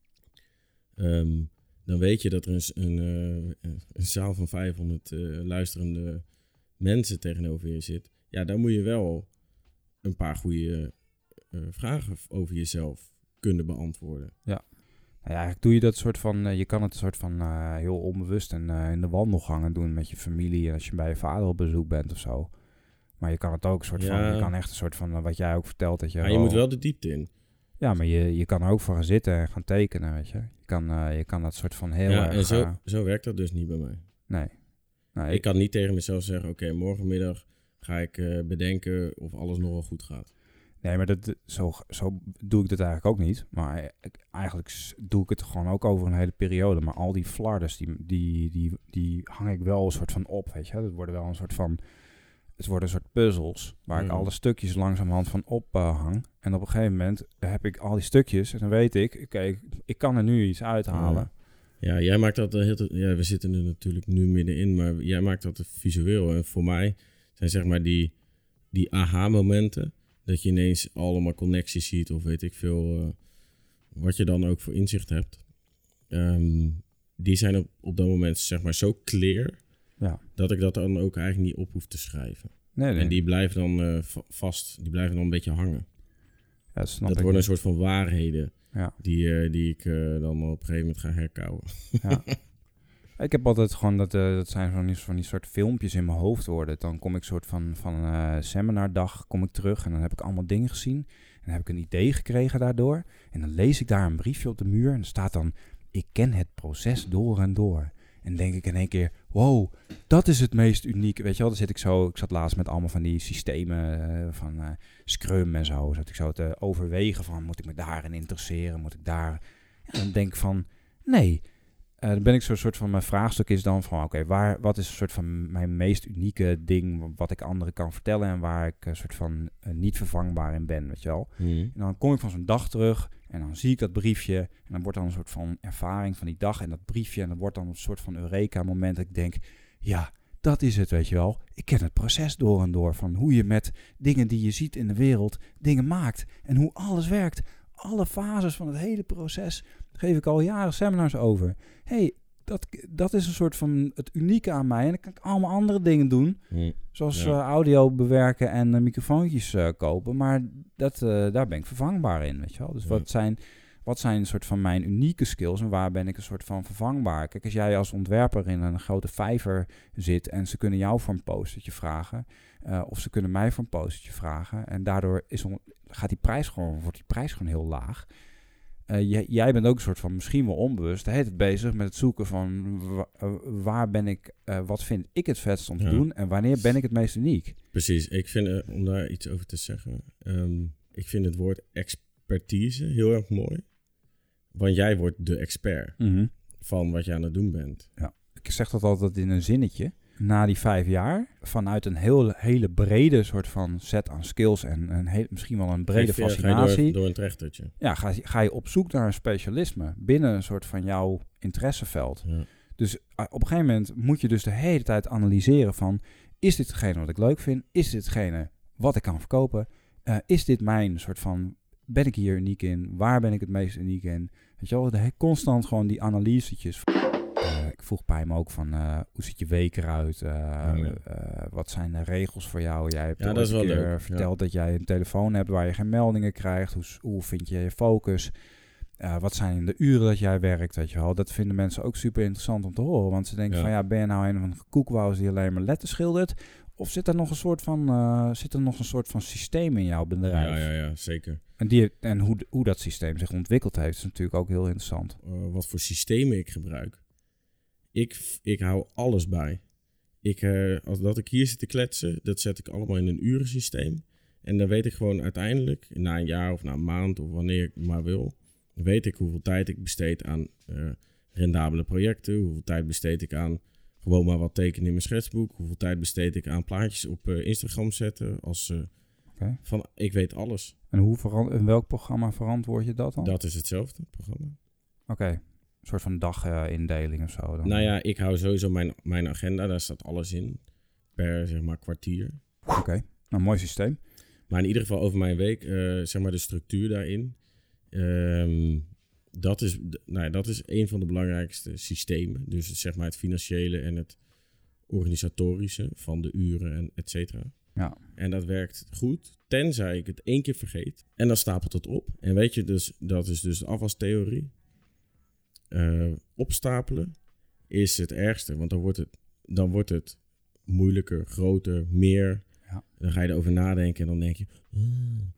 S5: dan weet je dat er een zaal van 500 luisterende mensen tegenover je zit. Ja, daar moet je wel een paar goede vragen over jezelf kunnen beantwoorden.
S6: Nou ja, eigenlijk doe je dat soort van... je kan het soort van heel onbewust in de wandelgangen doen met je familie... en als je bij je vader op bezoek bent of zo. Maar je kan het ook soort van...
S5: Ja.
S6: Je kan echt een soort van... wat jij ook vertelt, dat je...
S5: Maar je moet wel de diepte in.
S6: Ja, maar je kan er ook voor gaan zitten en gaan tekenen, weet je. Je kan dat soort van heel erg...
S5: en zo werkt dat dus niet bij mij.
S6: nee. Nou,
S5: Ik kan niet tegen mezelf zeggen, oké, morgenmiddag ga ik bedenken of alles nog wel goed gaat.
S6: Nee, maar zo doe ik dit eigenlijk ook niet. Maar eigenlijk doe ik het gewoon ook over een hele periode. Maar al die flarders, die hang ik wel een soort van op, weet je. Het worden wel een soort puzzels waar ik alle stukjes langzamerhand van op hang. En op een gegeven moment heb ik al die stukjes en dan weet ik, oké, ik kan er nu iets uithalen.
S5: Ja, jij maakt dat we zitten er natuurlijk nu middenin, maar jij maakt dat visueel. En voor mij zijn zeg maar die aha-momenten, dat je ineens allemaal connecties ziet of weet ik veel, wat je dan ook voor inzicht hebt. Die zijn op dat moment zeg maar zo clear, dat ik dat dan ook eigenlijk niet op hoef te schrijven. Nee. En die blijven dan vast, die blijven dan een beetje hangen.
S6: Ja,
S5: dat worden een soort van waarheden die ik dan op een gegeven moment ga herkauwen.
S6: Ja. Ik heb altijd gewoon, dat zijn van die soort filmpjes in mijn hoofd worden. Dan kom ik soort van seminardag kom ik terug en dan heb ik allemaal dingen gezien. En dan heb ik een idee gekregen daardoor. En dan lees ik daar een briefje op de muur en er staat dan, ik ken het proces door en door. En denk ik in één keer, wow, dat is het meest unieke. Weet je wel, dan zit ik zat laatst met allemaal van die systemen van Scrum en zo. Zat ik zo te overwegen van, moet ik me daarin interesseren? Moet ik daar? En dan denk ik van, nee. Dan ben ik zo'n soort van, mijn vraagstuk is dan van, oké, wat is een soort van mijn meest unieke ding wat ik anderen kan vertellen en waar ik een soort van niet vervangbaar in ben, weet je wel. En dan kom ik van zo'n dag terug en dan zie ik dat briefje en dan wordt dan een soort van ervaring van die dag en dat briefje en dat wordt dan een soort van Eureka-moment dat ik denk, ja, dat is het, weet je wel. Ik ken het proces door en door van hoe je met dingen die je ziet in de wereld dingen maakt en hoe alles werkt. Alle fases van het hele proces geef ik al jaren seminars over. Dat is een soort van het unieke aan mij. En dan kan ik allemaal andere dingen doen. Zoals audio bewerken en microfoontjes kopen. Maar daar ben ik vervangbaar in, weet je wel. Dus wat zijn een soort van mijn unieke skills en waar ben ik een soort van vervangbaar? Kijk, als jij als ontwerper in een grote vijver zit en ze kunnen jou voor een postertje vragen, of ze kunnen mij voor een postertje vragen en daardoor wordt die prijs gewoon heel laag. Jij bent ook een soort van, misschien wel onbewust, de hele tijd bezig met het zoeken van waar ben ik, wat vind ik het vetst om te doen en wanneer ben ik het meest uniek?
S5: Precies, ik vind, om daar iets over te zeggen, ik vind het woord expertise heel erg mooi. Want jij wordt de expert van wat je aan het doen bent.
S6: Ja. Ik zeg dat altijd in een zinnetje. Na die 5 jaar, vanuit een hele brede soort van set aan skills en misschien wel een brede fascinatie.
S5: Ga je door een trechtertje.
S6: Ja, ga je op zoek naar een specialisme binnen een soort van jouw interesseveld. Ja. Dus op een gegeven moment moet je dus de hele tijd analyseren van, is dit hetgene wat ik leuk vind? Is dit hetgene wat ik kan verkopen? Is dit mijn soort van, ben ik hier uniek in? Waar ben ik het meest uniek in? Weet je wel, constant gewoon die analysetjes. Ik vroeg bij hem ook van, hoe ziet je week eruit? Wat zijn de regels voor jou? Jij hebt
S5: dat is wel leuk.
S6: Verteld dat jij een telefoon hebt waar je geen meldingen krijgt. Hoe vind je je focus? Wat zijn de uren dat jij werkt? Weet je wel? Dat vinden mensen ook super interessant om te horen. Want ze denken van, ben je nou een van de koekwous die alleen maar letters schildert? Of zit er nog een soort van systeem in jouw bedrijf?
S5: Ja, zeker.
S6: En hoe dat systeem zich ontwikkeld heeft, is natuurlijk ook heel interessant.
S5: Wat voor systemen ik gebruik. Ik hou alles bij. Als dat ik hier zit te kletsen, dat zet ik allemaal in een urensysteem. En dan weet ik gewoon uiteindelijk, na een jaar of na een maand of wanneer ik maar wil, weet ik hoeveel tijd ik besteed aan rendabele projecten, hoeveel tijd besteed ik aan gewoon maar wat tekenen in mijn schetsboek, hoeveel tijd besteed ik aan plaatjes op Instagram zetten. Ik weet alles.
S6: En in welk programma verantwoord je dat dan?
S5: Dat is hetzelfde programma.
S6: Oké. Een soort van dagindeling of zo dan?
S5: Nou ja, ik hou sowieso mijn agenda, daar staat alles in. Per, zeg maar, kwartier.
S6: Oké, nou mooi systeem.
S5: Maar in ieder geval over mijn week, zeg maar de structuur daarin. Dat is een van de belangrijkste systemen. Dus zeg maar het financiële en het organisatorische van de uren en et cetera. Ja. En dat werkt goed, tenzij ik het 1 keer vergeet. En dan stapelt het op. En weet je, dus dat is dus de afwastheorie. Opstapelen is het ergste, want dan wordt het moeilijker, groter, meer. Ja. Dan ga je erover nadenken en dan denk je...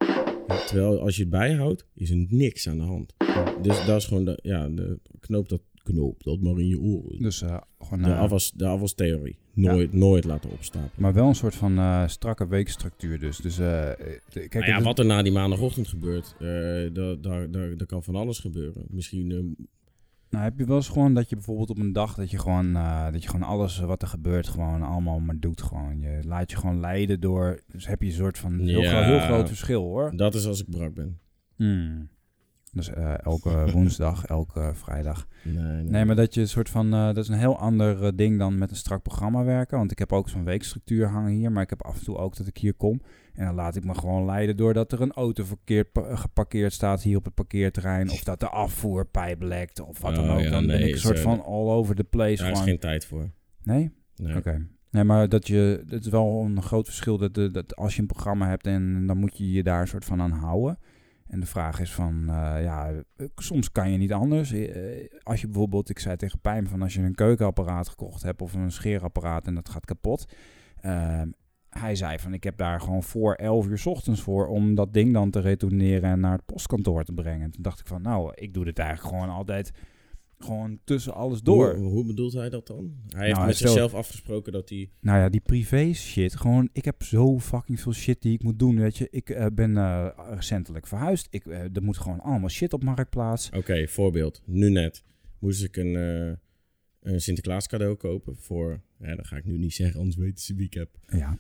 S5: Terwijl als je het bijhoudt, is er niks aan de hand. Dus dat is gewoon knoop dat knoop dat maar in je oren.
S6: Dus gewoon...
S5: De afwastheorie. Nooit laten opstapelen.
S6: Maar wel een soort van strakke weekstructuur dus. Kijk,
S5: Wat er na die maandagochtend gebeurt, daar kan van alles gebeuren. Misschien...
S6: Nou, heb je wel eens gewoon dat je bijvoorbeeld op een dag dat je gewoon alles wat er gebeurt gewoon allemaal maar doet gewoon. Je laat je gewoon leiden door, dus heb je een soort van heel groot verschil hoor.
S5: Dat is als ik brak ben.
S6: Dus elke woensdag, elke vrijdag.
S5: Nee,
S6: maar dat je een soort van, dat is een heel ander ding dan met een strak programma werken. Want ik heb ook zo'n weekstructuur hangen hier, maar ik heb af en toe ook dat ik hier kom. En dan laat ik me gewoon leiden doordat er een auto geparkeerd staat hier op het parkeerterrein. Of dat de afvoerpijp lekt of wat dan ook. Dan ben ik een soort van all over the place.
S5: Daar is geen tijd voor.
S6: Nee? Oké. Nee, maar het is wel een groot verschil dat als je een programma hebt en dan moet je je daar een soort van aan houden. En de vraag is van, soms kan je niet anders. Als je bijvoorbeeld, ik zei tegen Pijm van als je een keukenapparaat gekocht hebt of een scheerapparaat en dat gaat kapot. Hij zei van ik heb daar gewoon voor 11 uur 's ochtends voor om dat ding dan te retourneren en naar het postkantoor te brengen. En toen dacht ik van nou, ik doe dit eigenlijk gewoon altijd gewoon tussen alles door.
S5: Hoe bedoelt hij dat dan? Hij heeft met zichzelf afgesproken dat hij...
S6: Nou ja, die privé shit. Gewoon, ik heb zo fucking veel shit die ik moet doen, weet je. Ik ben recentelijk verhuisd. Er moet gewoon allemaal shit op Marktplaats.
S5: Oké, voorbeeld. Nu net moest ik een Sinterklaas cadeau kopen voor... Ja, dat ga ik nu niet zeggen, anders weten ze wie ik heb.
S6: Ja.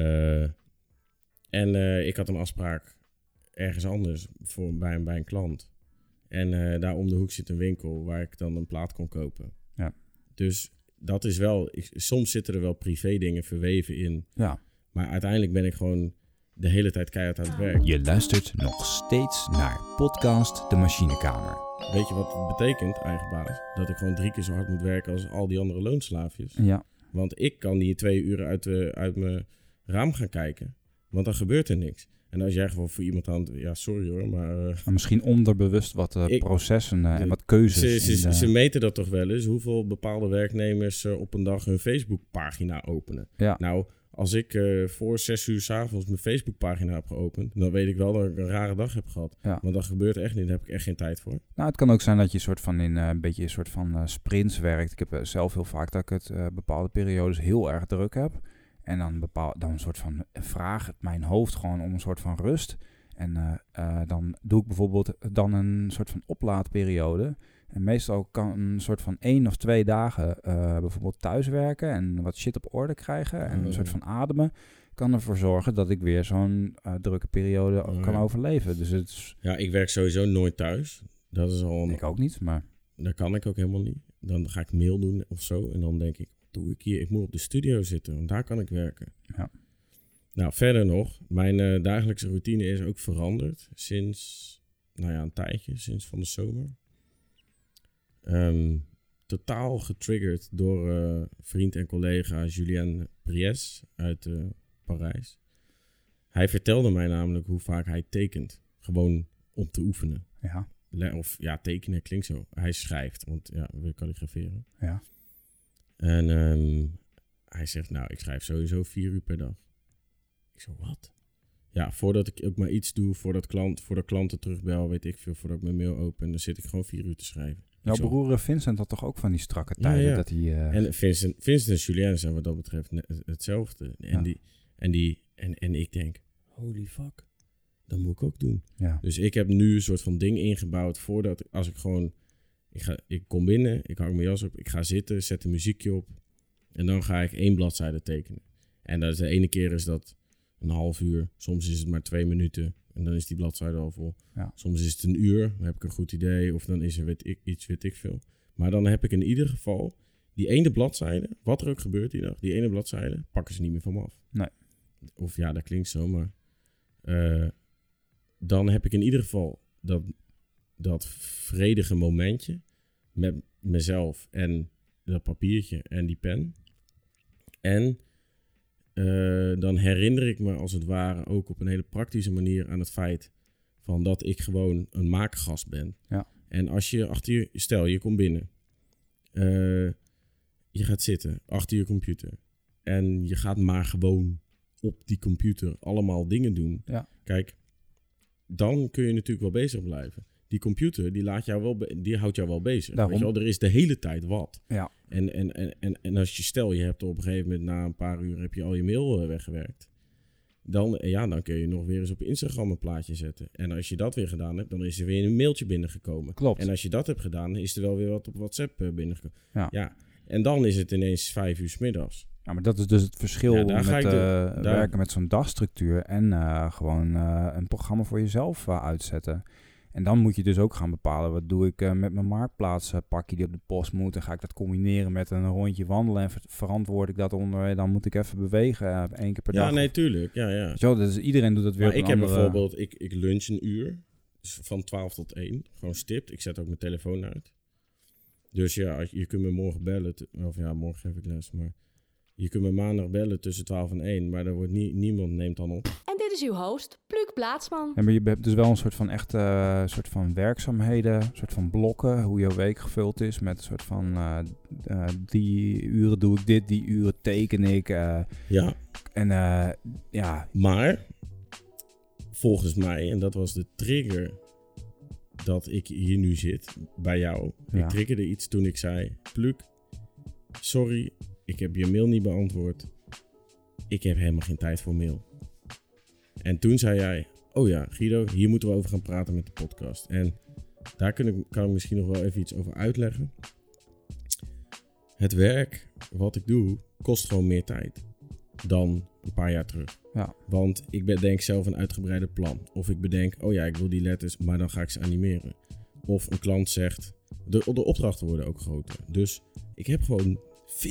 S5: Ik had een afspraak ergens anders bij een klant. En daar om de hoek zit een winkel waar ik dan een plaat kon kopen.
S6: Ja.
S5: Dus dat is wel... soms zitten er wel privé dingen verweven in.
S6: Ja.
S5: Maar uiteindelijk ben ik gewoon de hele tijd keihard aan het werk.
S2: Je luistert nog steeds naar podcast De Machinekamer.
S5: Weet je wat het betekent, eigen baas? Dat ik gewoon 3 keer zo hard moet werken als al die andere loonslaafjes.
S6: Ja.
S5: Want ik kan die 2 uren uit mijn raam gaan kijken. Want dan gebeurt er niks. En als jij gewoon voor iemand aan het... Ja, sorry hoor, maar
S6: misschien onderbewust wat processen en wat keuzes.
S5: Ze meten dat toch wel eens, hoeveel bepaalde werknemers op een dag hun Facebookpagina openen.
S6: Ja.
S5: Nou, als ik voor 6 uur 's avonds mijn Facebookpagina heb geopend, dan weet ik wel dat ik een rare dag heb gehad.
S6: Ja.
S5: Want dat gebeurt echt niet, daar heb ik echt geen tijd voor.
S6: Nou, het kan ook zijn dat je soort van in een beetje een soort van sprints werkt. Ik heb zelf heel vaak dat ik het bepaalde periodes heel erg druk heb. En dan een soort van vraag het mijn hoofd gewoon om een soort van rust. En dan doe ik bijvoorbeeld dan een soort van oplaadperiode. En meestal kan een soort van 1 of 2 dagen bijvoorbeeld thuiswerken en wat shit op orde krijgen. En een soort van ademen kan ervoor zorgen dat ik weer zo'n drukke periode kan overleven. Dus het is...
S5: Ja, ik werk sowieso nooit thuis. Dat is al...
S6: Ik ook niet, maar...
S5: Dat kan ik ook helemaal niet. Dan ga ik mail doen of zo en dan denk ik... doe ik hier? Ik moet op de studio zitten, want daar kan ik werken.
S6: Ja.
S5: Nou, verder nog. Mijn dagelijkse routine is ook veranderd sinds, een tijdje, sinds van de zomer. Totaal getriggerd door vriend en collega Julien Pries uit Parijs. Hij vertelde mij namelijk hoe vaak hij tekent. Gewoon om te oefenen.
S6: Ja.
S5: Tekenen klinkt zo. Hij schrijft, want we kalligraferen.
S6: Ja.
S5: En hij zegt, ik schrijf sowieso 4 uur per dag. Ik zo, wat? Ja, voordat ik ook maar iets doe, voordat klanten terugbel, weet ik veel, voordat ik mijn mail open, dan zit ik gewoon 4 uur te schrijven.
S6: Jouw broer Vincent had toch ook van die strakke tijden?
S5: Ja.
S6: Dat hij,
S5: En Vincent en Julien zijn wat dat betreft hetzelfde. En ik denk, holy fuck, dat moet ik ook doen.
S6: Ja.
S5: Dus ik heb nu een soort van ding ingebouwd voordat ik kom binnen, ik hang mijn jas op, ik ga zitten, zet een muziekje op en dan ga ik 1 bladzijde tekenen. En dat is de ene keer is dat een half uur, soms is het maar 2 minuten en dan is die bladzijde al vol.
S6: Ja.
S5: Soms is het 1 uur, dan heb ik een goed idee of dan is er weet ik veel. Maar dan heb ik in ieder geval die ene bladzijde, wat er ook gebeurt die dag, die ene bladzijde pakken ze niet meer van me af.
S6: Nee.
S5: Of ja, dat klinkt zo, maar dan heb ik in ieder geval dat vredige momentje met mezelf en dat papiertje en die pen. En dan herinner ik me als het ware ook op een hele praktische manier aan het feit van dat ik gewoon een maakgast ben.
S6: Ja.
S5: En als je stel je komt binnen, je gaat zitten achter je computer en je gaat maar gewoon op die computer allemaal dingen doen.
S6: Ja.
S5: Kijk, dan kun je natuurlijk wel bezig blijven. die computer, die houdt jou wel bezig.
S6: Daarom.
S5: Weet je wel? Er is de hele tijd wat.
S6: Ja.
S5: En als je hebt op een gegeven moment na een paar uur heb je al je mail weggewerkt. Dan kun je nog weer eens op Instagram een plaatje zetten. En als je dat weer gedaan hebt, dan is er weer een mailtje binnengekomen.
S6: Klopt.
S5: En als je dat hebt gedaan, is er wel weer wat op WhatsApp binnengekomen.
S6: Ja.
S5: En dan is het ineens 5 uur 's middags.
S6: Ja, maar dat is dus het verschil met
S5: daar-
S6: werken met zo'n dagstructuur en gewoon een programma voor jezelf uitzetten. En dan moet je dus ook gaan bepalen, wat doe ik met mijn marktplaatspakje die op de post moet. En ga ik dat combineren met een rondje wandelen en verantwoord ik dat onder, dan moet ik even bewegen 1 keer per dag.
S5: Ja, nee, tuurlijk. Ja.
S6: Zo, dus iedereen doet dat weer
S5: Maar
S6: op
S5: ik
S6: een
S5: heb
S6: andere...
S5: bijvoorbeeld, ik lunch een uur, dus van 12 tot 1, gewoon stipt. Ik zet ook mijn telefoon uit. Dus ja, je kunt me morgen bellen, morgen heb ik les, maar je kunt me maandag bellen tussen 12 en 1, maar niemand neemt dan op.
S3: En dit is uw host, Pluk Plaatsman.
S6: Ja, maar je hebt dus wel een soort van echte soort van werkzaamheden, een soort van blokken, hoe jouw week gevuld is met een soort van die uren doe ik dit, die uren teken ik.
S5: Ja.
S6: En
S5: Maar, volgens mij, en dat was de trigger dat ik hier nu zit, bij jou.
S6: Ja.
S5: Ik triggerde iets toen ik zei, Pluk, sorry, ik heb je mail niet beantwoord. Ik heb helemaal geen tijd voor mail. En toen zei jij, oh ja, Guido, hier moeten we over gaan praten met de podcast. En daar kan ik misschien nog wel even iets over uitleggen. Het werk wat ik doe, kost gewoon meer tijd dan een paar jaar terug.
S6: Ja.
S5: Want ik bedenk zelf een uitgebreider plan. Of ik bedenk, oh ja, ik wil die letters, maar dan ga ik ze animeren. Of een klant zegt, de opdrachten worden ook groter. Dus ik heb gewoon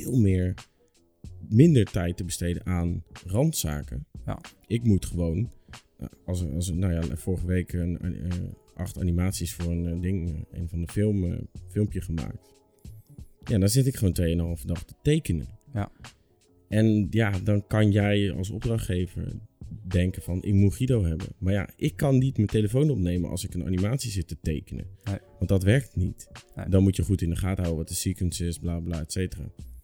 S5: minder tijd te besteden aan randzaken.
S6: Ja.
S5: Ik moet gewoon, vorige week 8 animaties voor een van de filmpje gemaakt. Ja, dan zit ik gewoon 2,5 dag te tekenen.
S6: Ja.
S5: En ja, dan kan jij als opdrachtgever denken van, ik moet Guido hebben. Maar ja, ik kan niet mijn telefoon opnemen als ik een animatie zit te tekenen.
S6: Nee.
S5: Want dat werkt niet.
S6: Nee.
S5: Dan moet je goed in de gaten houden wat de sequence is, bla bla, et cetera.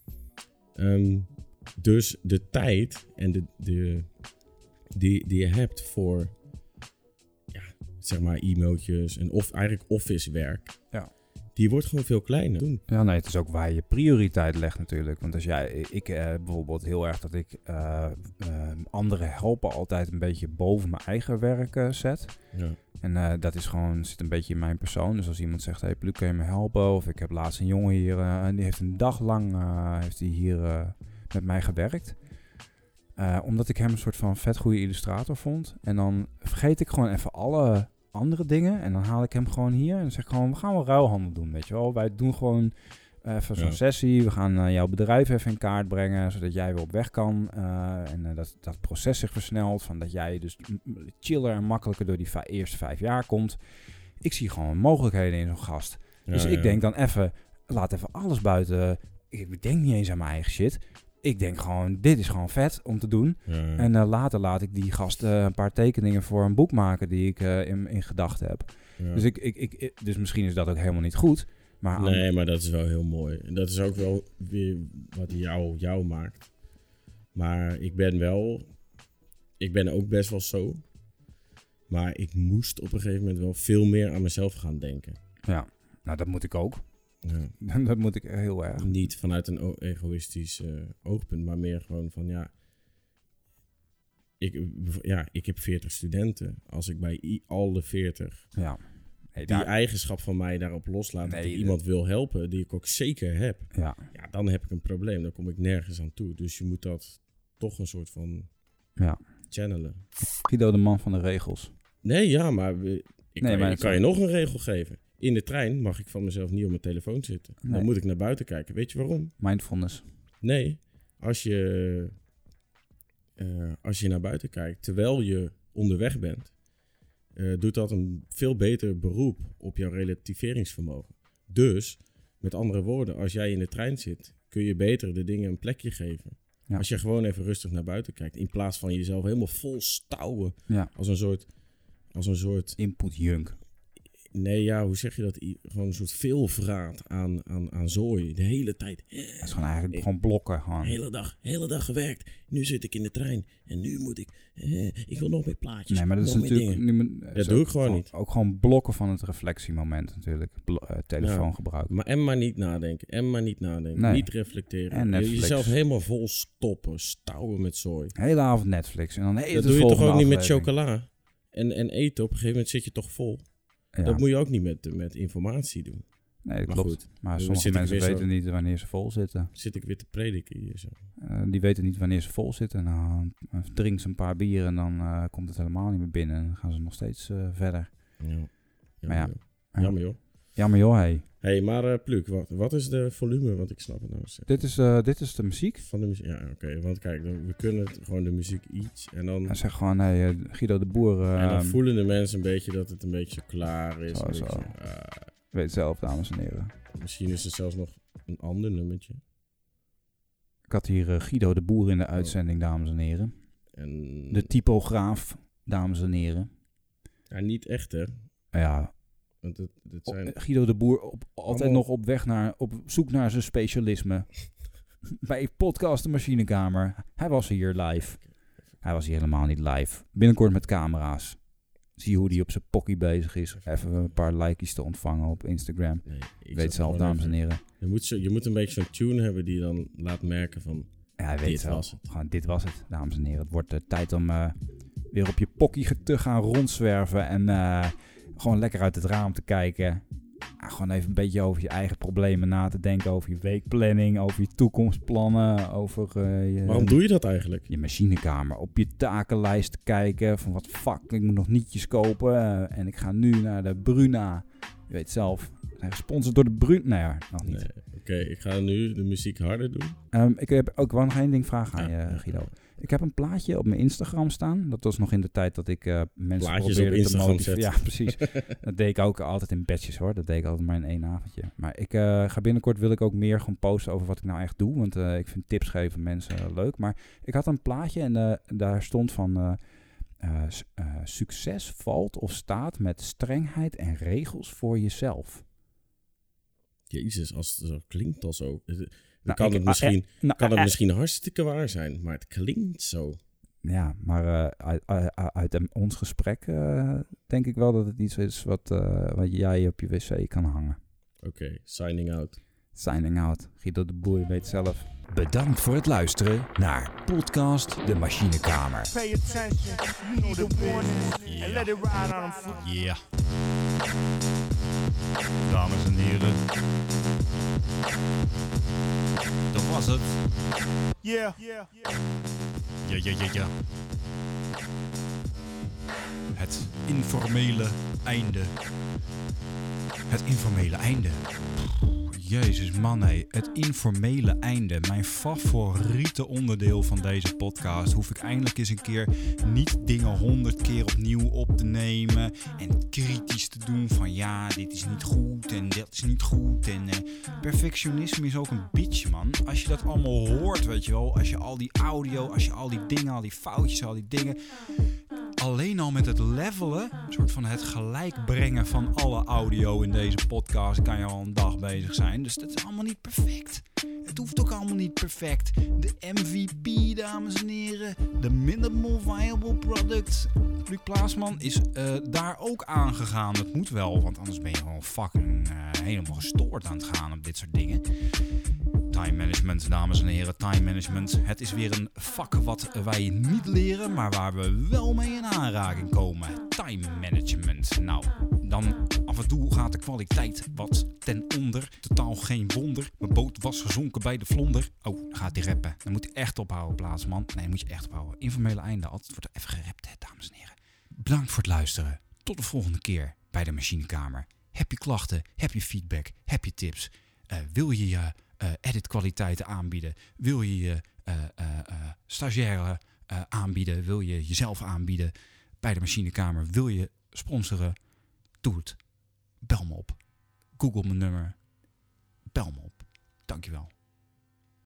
S5: Dus de tijd en die je hebt voor, zeg maar, e-mailtjes en eigenlijk office werk, die wordt gewoon veel kleiner.
S6: Ja, nee, het is ook waar je prioriteit legt natuurlijk. Want als ik bijvoorbeeld heel erg dat ik anderen helpen altijd een beetje boven mijn eigen werk zet.
S5: Ja.
S6: En dat is gewoon, zit een beetje in mijn persoon. Dus als iemand zegt, hey Pluk, kun je me helpen? Of ik heb laatst een jongen hier, en die heeft een dag lang heeft hij hier met mij gewerkt. Omdat ik hem een soort van vet goede illustrator vond. En dan vergeet ik gewoon even alle andere dingen. En dan haal ik hem gewoon hier. En dan zeg ik gewoon, we gaan wel ruilhandel doen, weet je wel. Wij doen gewoon even zo'n sessie. We gaan jouw bedrijf even in kaart brengen. Zodat jij weer op weg kan. En dat proces zich versnelt. Van dat jij dus chiller en makkelijker door die eerste 5 jaar komt. Ik zie gewoon mogelijkheden in zo'n gast. Dus ik denk dan even, laat even alles buiten. Ik denk niet eens aan mijn eigen shit. Ik denk gewoon, dit is gewoon vet om te doen. Ja. En later laat ik die gast een paar tekeningen voor een boek maken die ik in gedachten heb. Ja. Dus, dus misschien is dat ook helemaal niet goed. Maar
S5: maar dat is wel heel mooi. En dat is ook wel weer wat jou maakt. Maar ik ben ook best wel zo. Maar ik moest op een gegeven moment wel veel meer aan mezelf gaan denken.
S6: Ja, nou dat moet ik ook.
S5: Ja.
S6: Dat moet ik heel erg.
S5: Niet vanuit een egoïstisch oogpunt, maar meer gewoon van ik heb 40 studenten. Als ik bij alle 40 die eigenschap van mij daarop loslaat, dat ik iemand wil helpen, die ik ook zeker heb, dan heb ik een probleem. Dan kom ik nergens aan toe. Dus je moet dat toch een soort van channelen.
S6: Guido, de man van de regels.
S5: Nee, maar ik kan je nog een regel geven. In de trein mag ik van mezelf niet op mijn telefoon zitten. Nee. Dan moet ik naar buiten kijken. Weet je waarom?
S6: Mindfulness.
S5: Nee, als je naar buiten kijkt, terwijl je onderweg bent, doet dat een veel beter beroep op jouw relativeringsvermogen. Dus, met andere woorden, als jij in de trein zit, kun je beter de dingen een plekje geven. Ja. Als je gewoon even rustig naar buiten kijkt, in plaats van jezelf helemaal vol stouwen als een soort
S6: input junk.
S5: Nee, ja, hoe zeg je dat? Gewoon een soort veelvraat aan zooi. De hele tijd.
S6: Het is gewoon eigenlijk gewoon blokken. Gewoon.
S5: Hele dag gewerkt. Nu zit ik in de trein. En nu moet ik... ik wil nog meer plaatjes.
S6: Nee, maar dat is natuurlijk...
S5: Dat doe ik gewoon niet.
S6: Ook gewoon blokken van het reflectiemoment natuurlijk. Telefoongebruik.
S5: Maar niet nadenken.
S6: Nee.
S5: Niet reflecteren.
S6: En Netflix.
S5: Jezelf helemaal vol stoppen. Stouwen met zooi.
S6: Hele avond Netflix. En dan
S5: Dat doe je toch ook niet met chocola? En eten. Op een gegeven moment zit je toch vol.
S6: Ja.
S5: Dat moet je ook niet met informatie doen.
S6: Nee, dat
S5: Maar
S6: klopt.
S5: goed,
S6: Maar
S5: dan
S6: sommige
S5: zit ik
S6: mensen
S5: weer
S6: weten
S5: zo-
S6: niet wanneer ze vol zitten.
S5: Zit ik weer te prediken hier zo.
S6: Die weten niet wanneer ze vol zitten. Nou, drinken ze een paar bieren en dan komt het helemaal niet meer binnen. En dan gaan ze nog steeds verder.
S5: Ja.
S6: Maar ja.
S5: Jammer joh.
S6: Jammer joh, hey.
S5: Hey, maar Pluk, wat is de volume? Want ik snap het nou eens.
S6: Dit is de muziek.
S5: Van de muziek. Ja, oké. Want kijk, we kunnen gewoon de muziek iets. En dan,
S6: Hij zegt gewoon, hey, Guido de Boer...
S5: en dan voelen de mensen een beetje dat het een beetje klaar is.
S6: Zo,
S5: Een
S6: zo.
S5: beetje,
S6: weet zelf, dames en heren.
S5: misschien is er zelfs nog een ander nummertje.
S6: Ik had hier Guido de Boer in de uitzending, dames en heren.
S5: En,
S6: De typograaf, dames en heren.
S5: ja, niet echt hè.
S6: Ja,
S5: Want dit zijn...
S6: Guido de Boer altijd
S5: Allemaal-
S6: nog op zoek naar zijn specialisme. Bij podcast De Machinekamer. Hij was hier live. Hij was hier helemaal niet live. Binnenkort met camera's. Zie hoe hij op zijn pokkie bezig is. Even een paar likejes te ontvangen op Instagram.
S5: Nee, ik
S6: Weet
S5: zat
S6: zelf,
S5: gewoon
S6: dames en
S5: even-
S6: heren.
S5: Je moet een beetje zo'n tune hebben die dan laat merken van...
S6: Ja, hij weet
S5: Dit
S6: zelf.
S5: was het.
S6: Gewoon, dit was het, dames en heren. Het wordt tijd om weer op je pokkie te gaan rondzwerven. En gewoon lekker uit het raam te kijken. Gewoon even een beetje over je eigen problemen na te denken. Over je weekplanning, over je toekomstplannen. Over
S5: Waarom doe je dat eigenlijk?
S6: je machinekamer. Op je takenlijst te kijken. Van wat fuck, ik moet nog nietjes kopen. En ik ga nu naar de Bruna. Je weet zelf. We zijn gesponsord door de Bruna. Nou ja, nog niet.
S5: Nee. Oké, ik ga nu de muziek harder doen.
S6: Ik heb ook wel nog één ding vragen aan
S5: Ja.
S6: je, Guido. Ik heb een plaatje op mijn Instagram staan. Dat was nog in de tijd dat ik mensen
S5: Plaatjes
S6: probeerde
S5: op
S6: te
S5: Instagram
S6: motiveren. Ja,
S5: zetten.
S6: precies. Dat deed ik ook altijd in batches hoor. Dat deed ik altijd maar in één avondje. Maar ik ga binnenkort wil ik ook meer gewoon posten over wat ik nou echt doe. Want ik vind tips geven mensen leuk. Maar ik had een plaatje en daar stond van... succes valt of staat met strengheid en regels voor jezelf.
S5: Jezus, als het zo klinkt al zo... Dan
S6: Nou,
S5: kan het misschien hartstikke waar zijn, maar het klinkt zo.
S6: Ja, maar uit ons gesprek denk ik wel dat het iets is wat jij op je wc kan hangen.
S5: Oké, signing out.
S6: Signing out. Guido de Boer weet zelf.
S2: Bedankt voor het luisteren naar podcast De Machinekamer.
S7: Pay attention, you know the warning, and let it ride on them.
S4: Ja. Dames en heren. Dat was het.
S7: Yeah.
S4: Ja. Het informele einde. Het informele einde. Jezus man, hé. Het informele einde. Mijn favoriete onderdeel van deze podcast. Hoef ik eindelijk eens een keer niet dingen 100 keer opnieuw op te nemen. En kritisch te doen van ja, dit is niet goed en dat is niet goed. En perfectionisme is ook een bitch, man. Als je dat allemaal hoort, weet je wel. Als je al die audio, als je al die dingen, al die foutjes, al die dingen... Alleen al met het levelen, een soort van het gelijk brengen van alle audio in deze podcast, kan je al een dag bezig zijn. Dus dat is allemaal niet perfect. Het hoeft ook allemaal niet perfect. De MVP, dames en heren, de minimal viable product. Luc Plaatsman is daar ook aangegaan. Dat moet wel, want anders ben je gewoon fucking helemaal gestoord aan het gaan op dit soort dingen. Time management, dames en heren, time management. Het is weer een vak wat wij niet leren, maar waar we wel mee in aanraking komen. Time management. Nou, dan af en toe gaat de kwaliteit wat ten onder. Totaal geen wonder. Mijn boot was gezonken bij de vlonder. Oh, dan gaat hij rappen. Dan moet hij echt ophouden, Plaatsman. Nee, moet je echt ophouden. Informele einde. Altijd wordt er even gerapt, hè, dames en heren. Bedankt voor het luisteren. Tot de volgende keer bij de Machinekamer. Heb je klachten? Heb je feedback? Heb je tips? Wil je je editkwaliteiten aanbieden? Wil je je stagiaire aanbieden? Wil je jezelf aanbieden bij de Machinekamer? Wil je sponsoren? Doe het. Bel me op. Google mijn nummer. Bel me op. Dankjewel.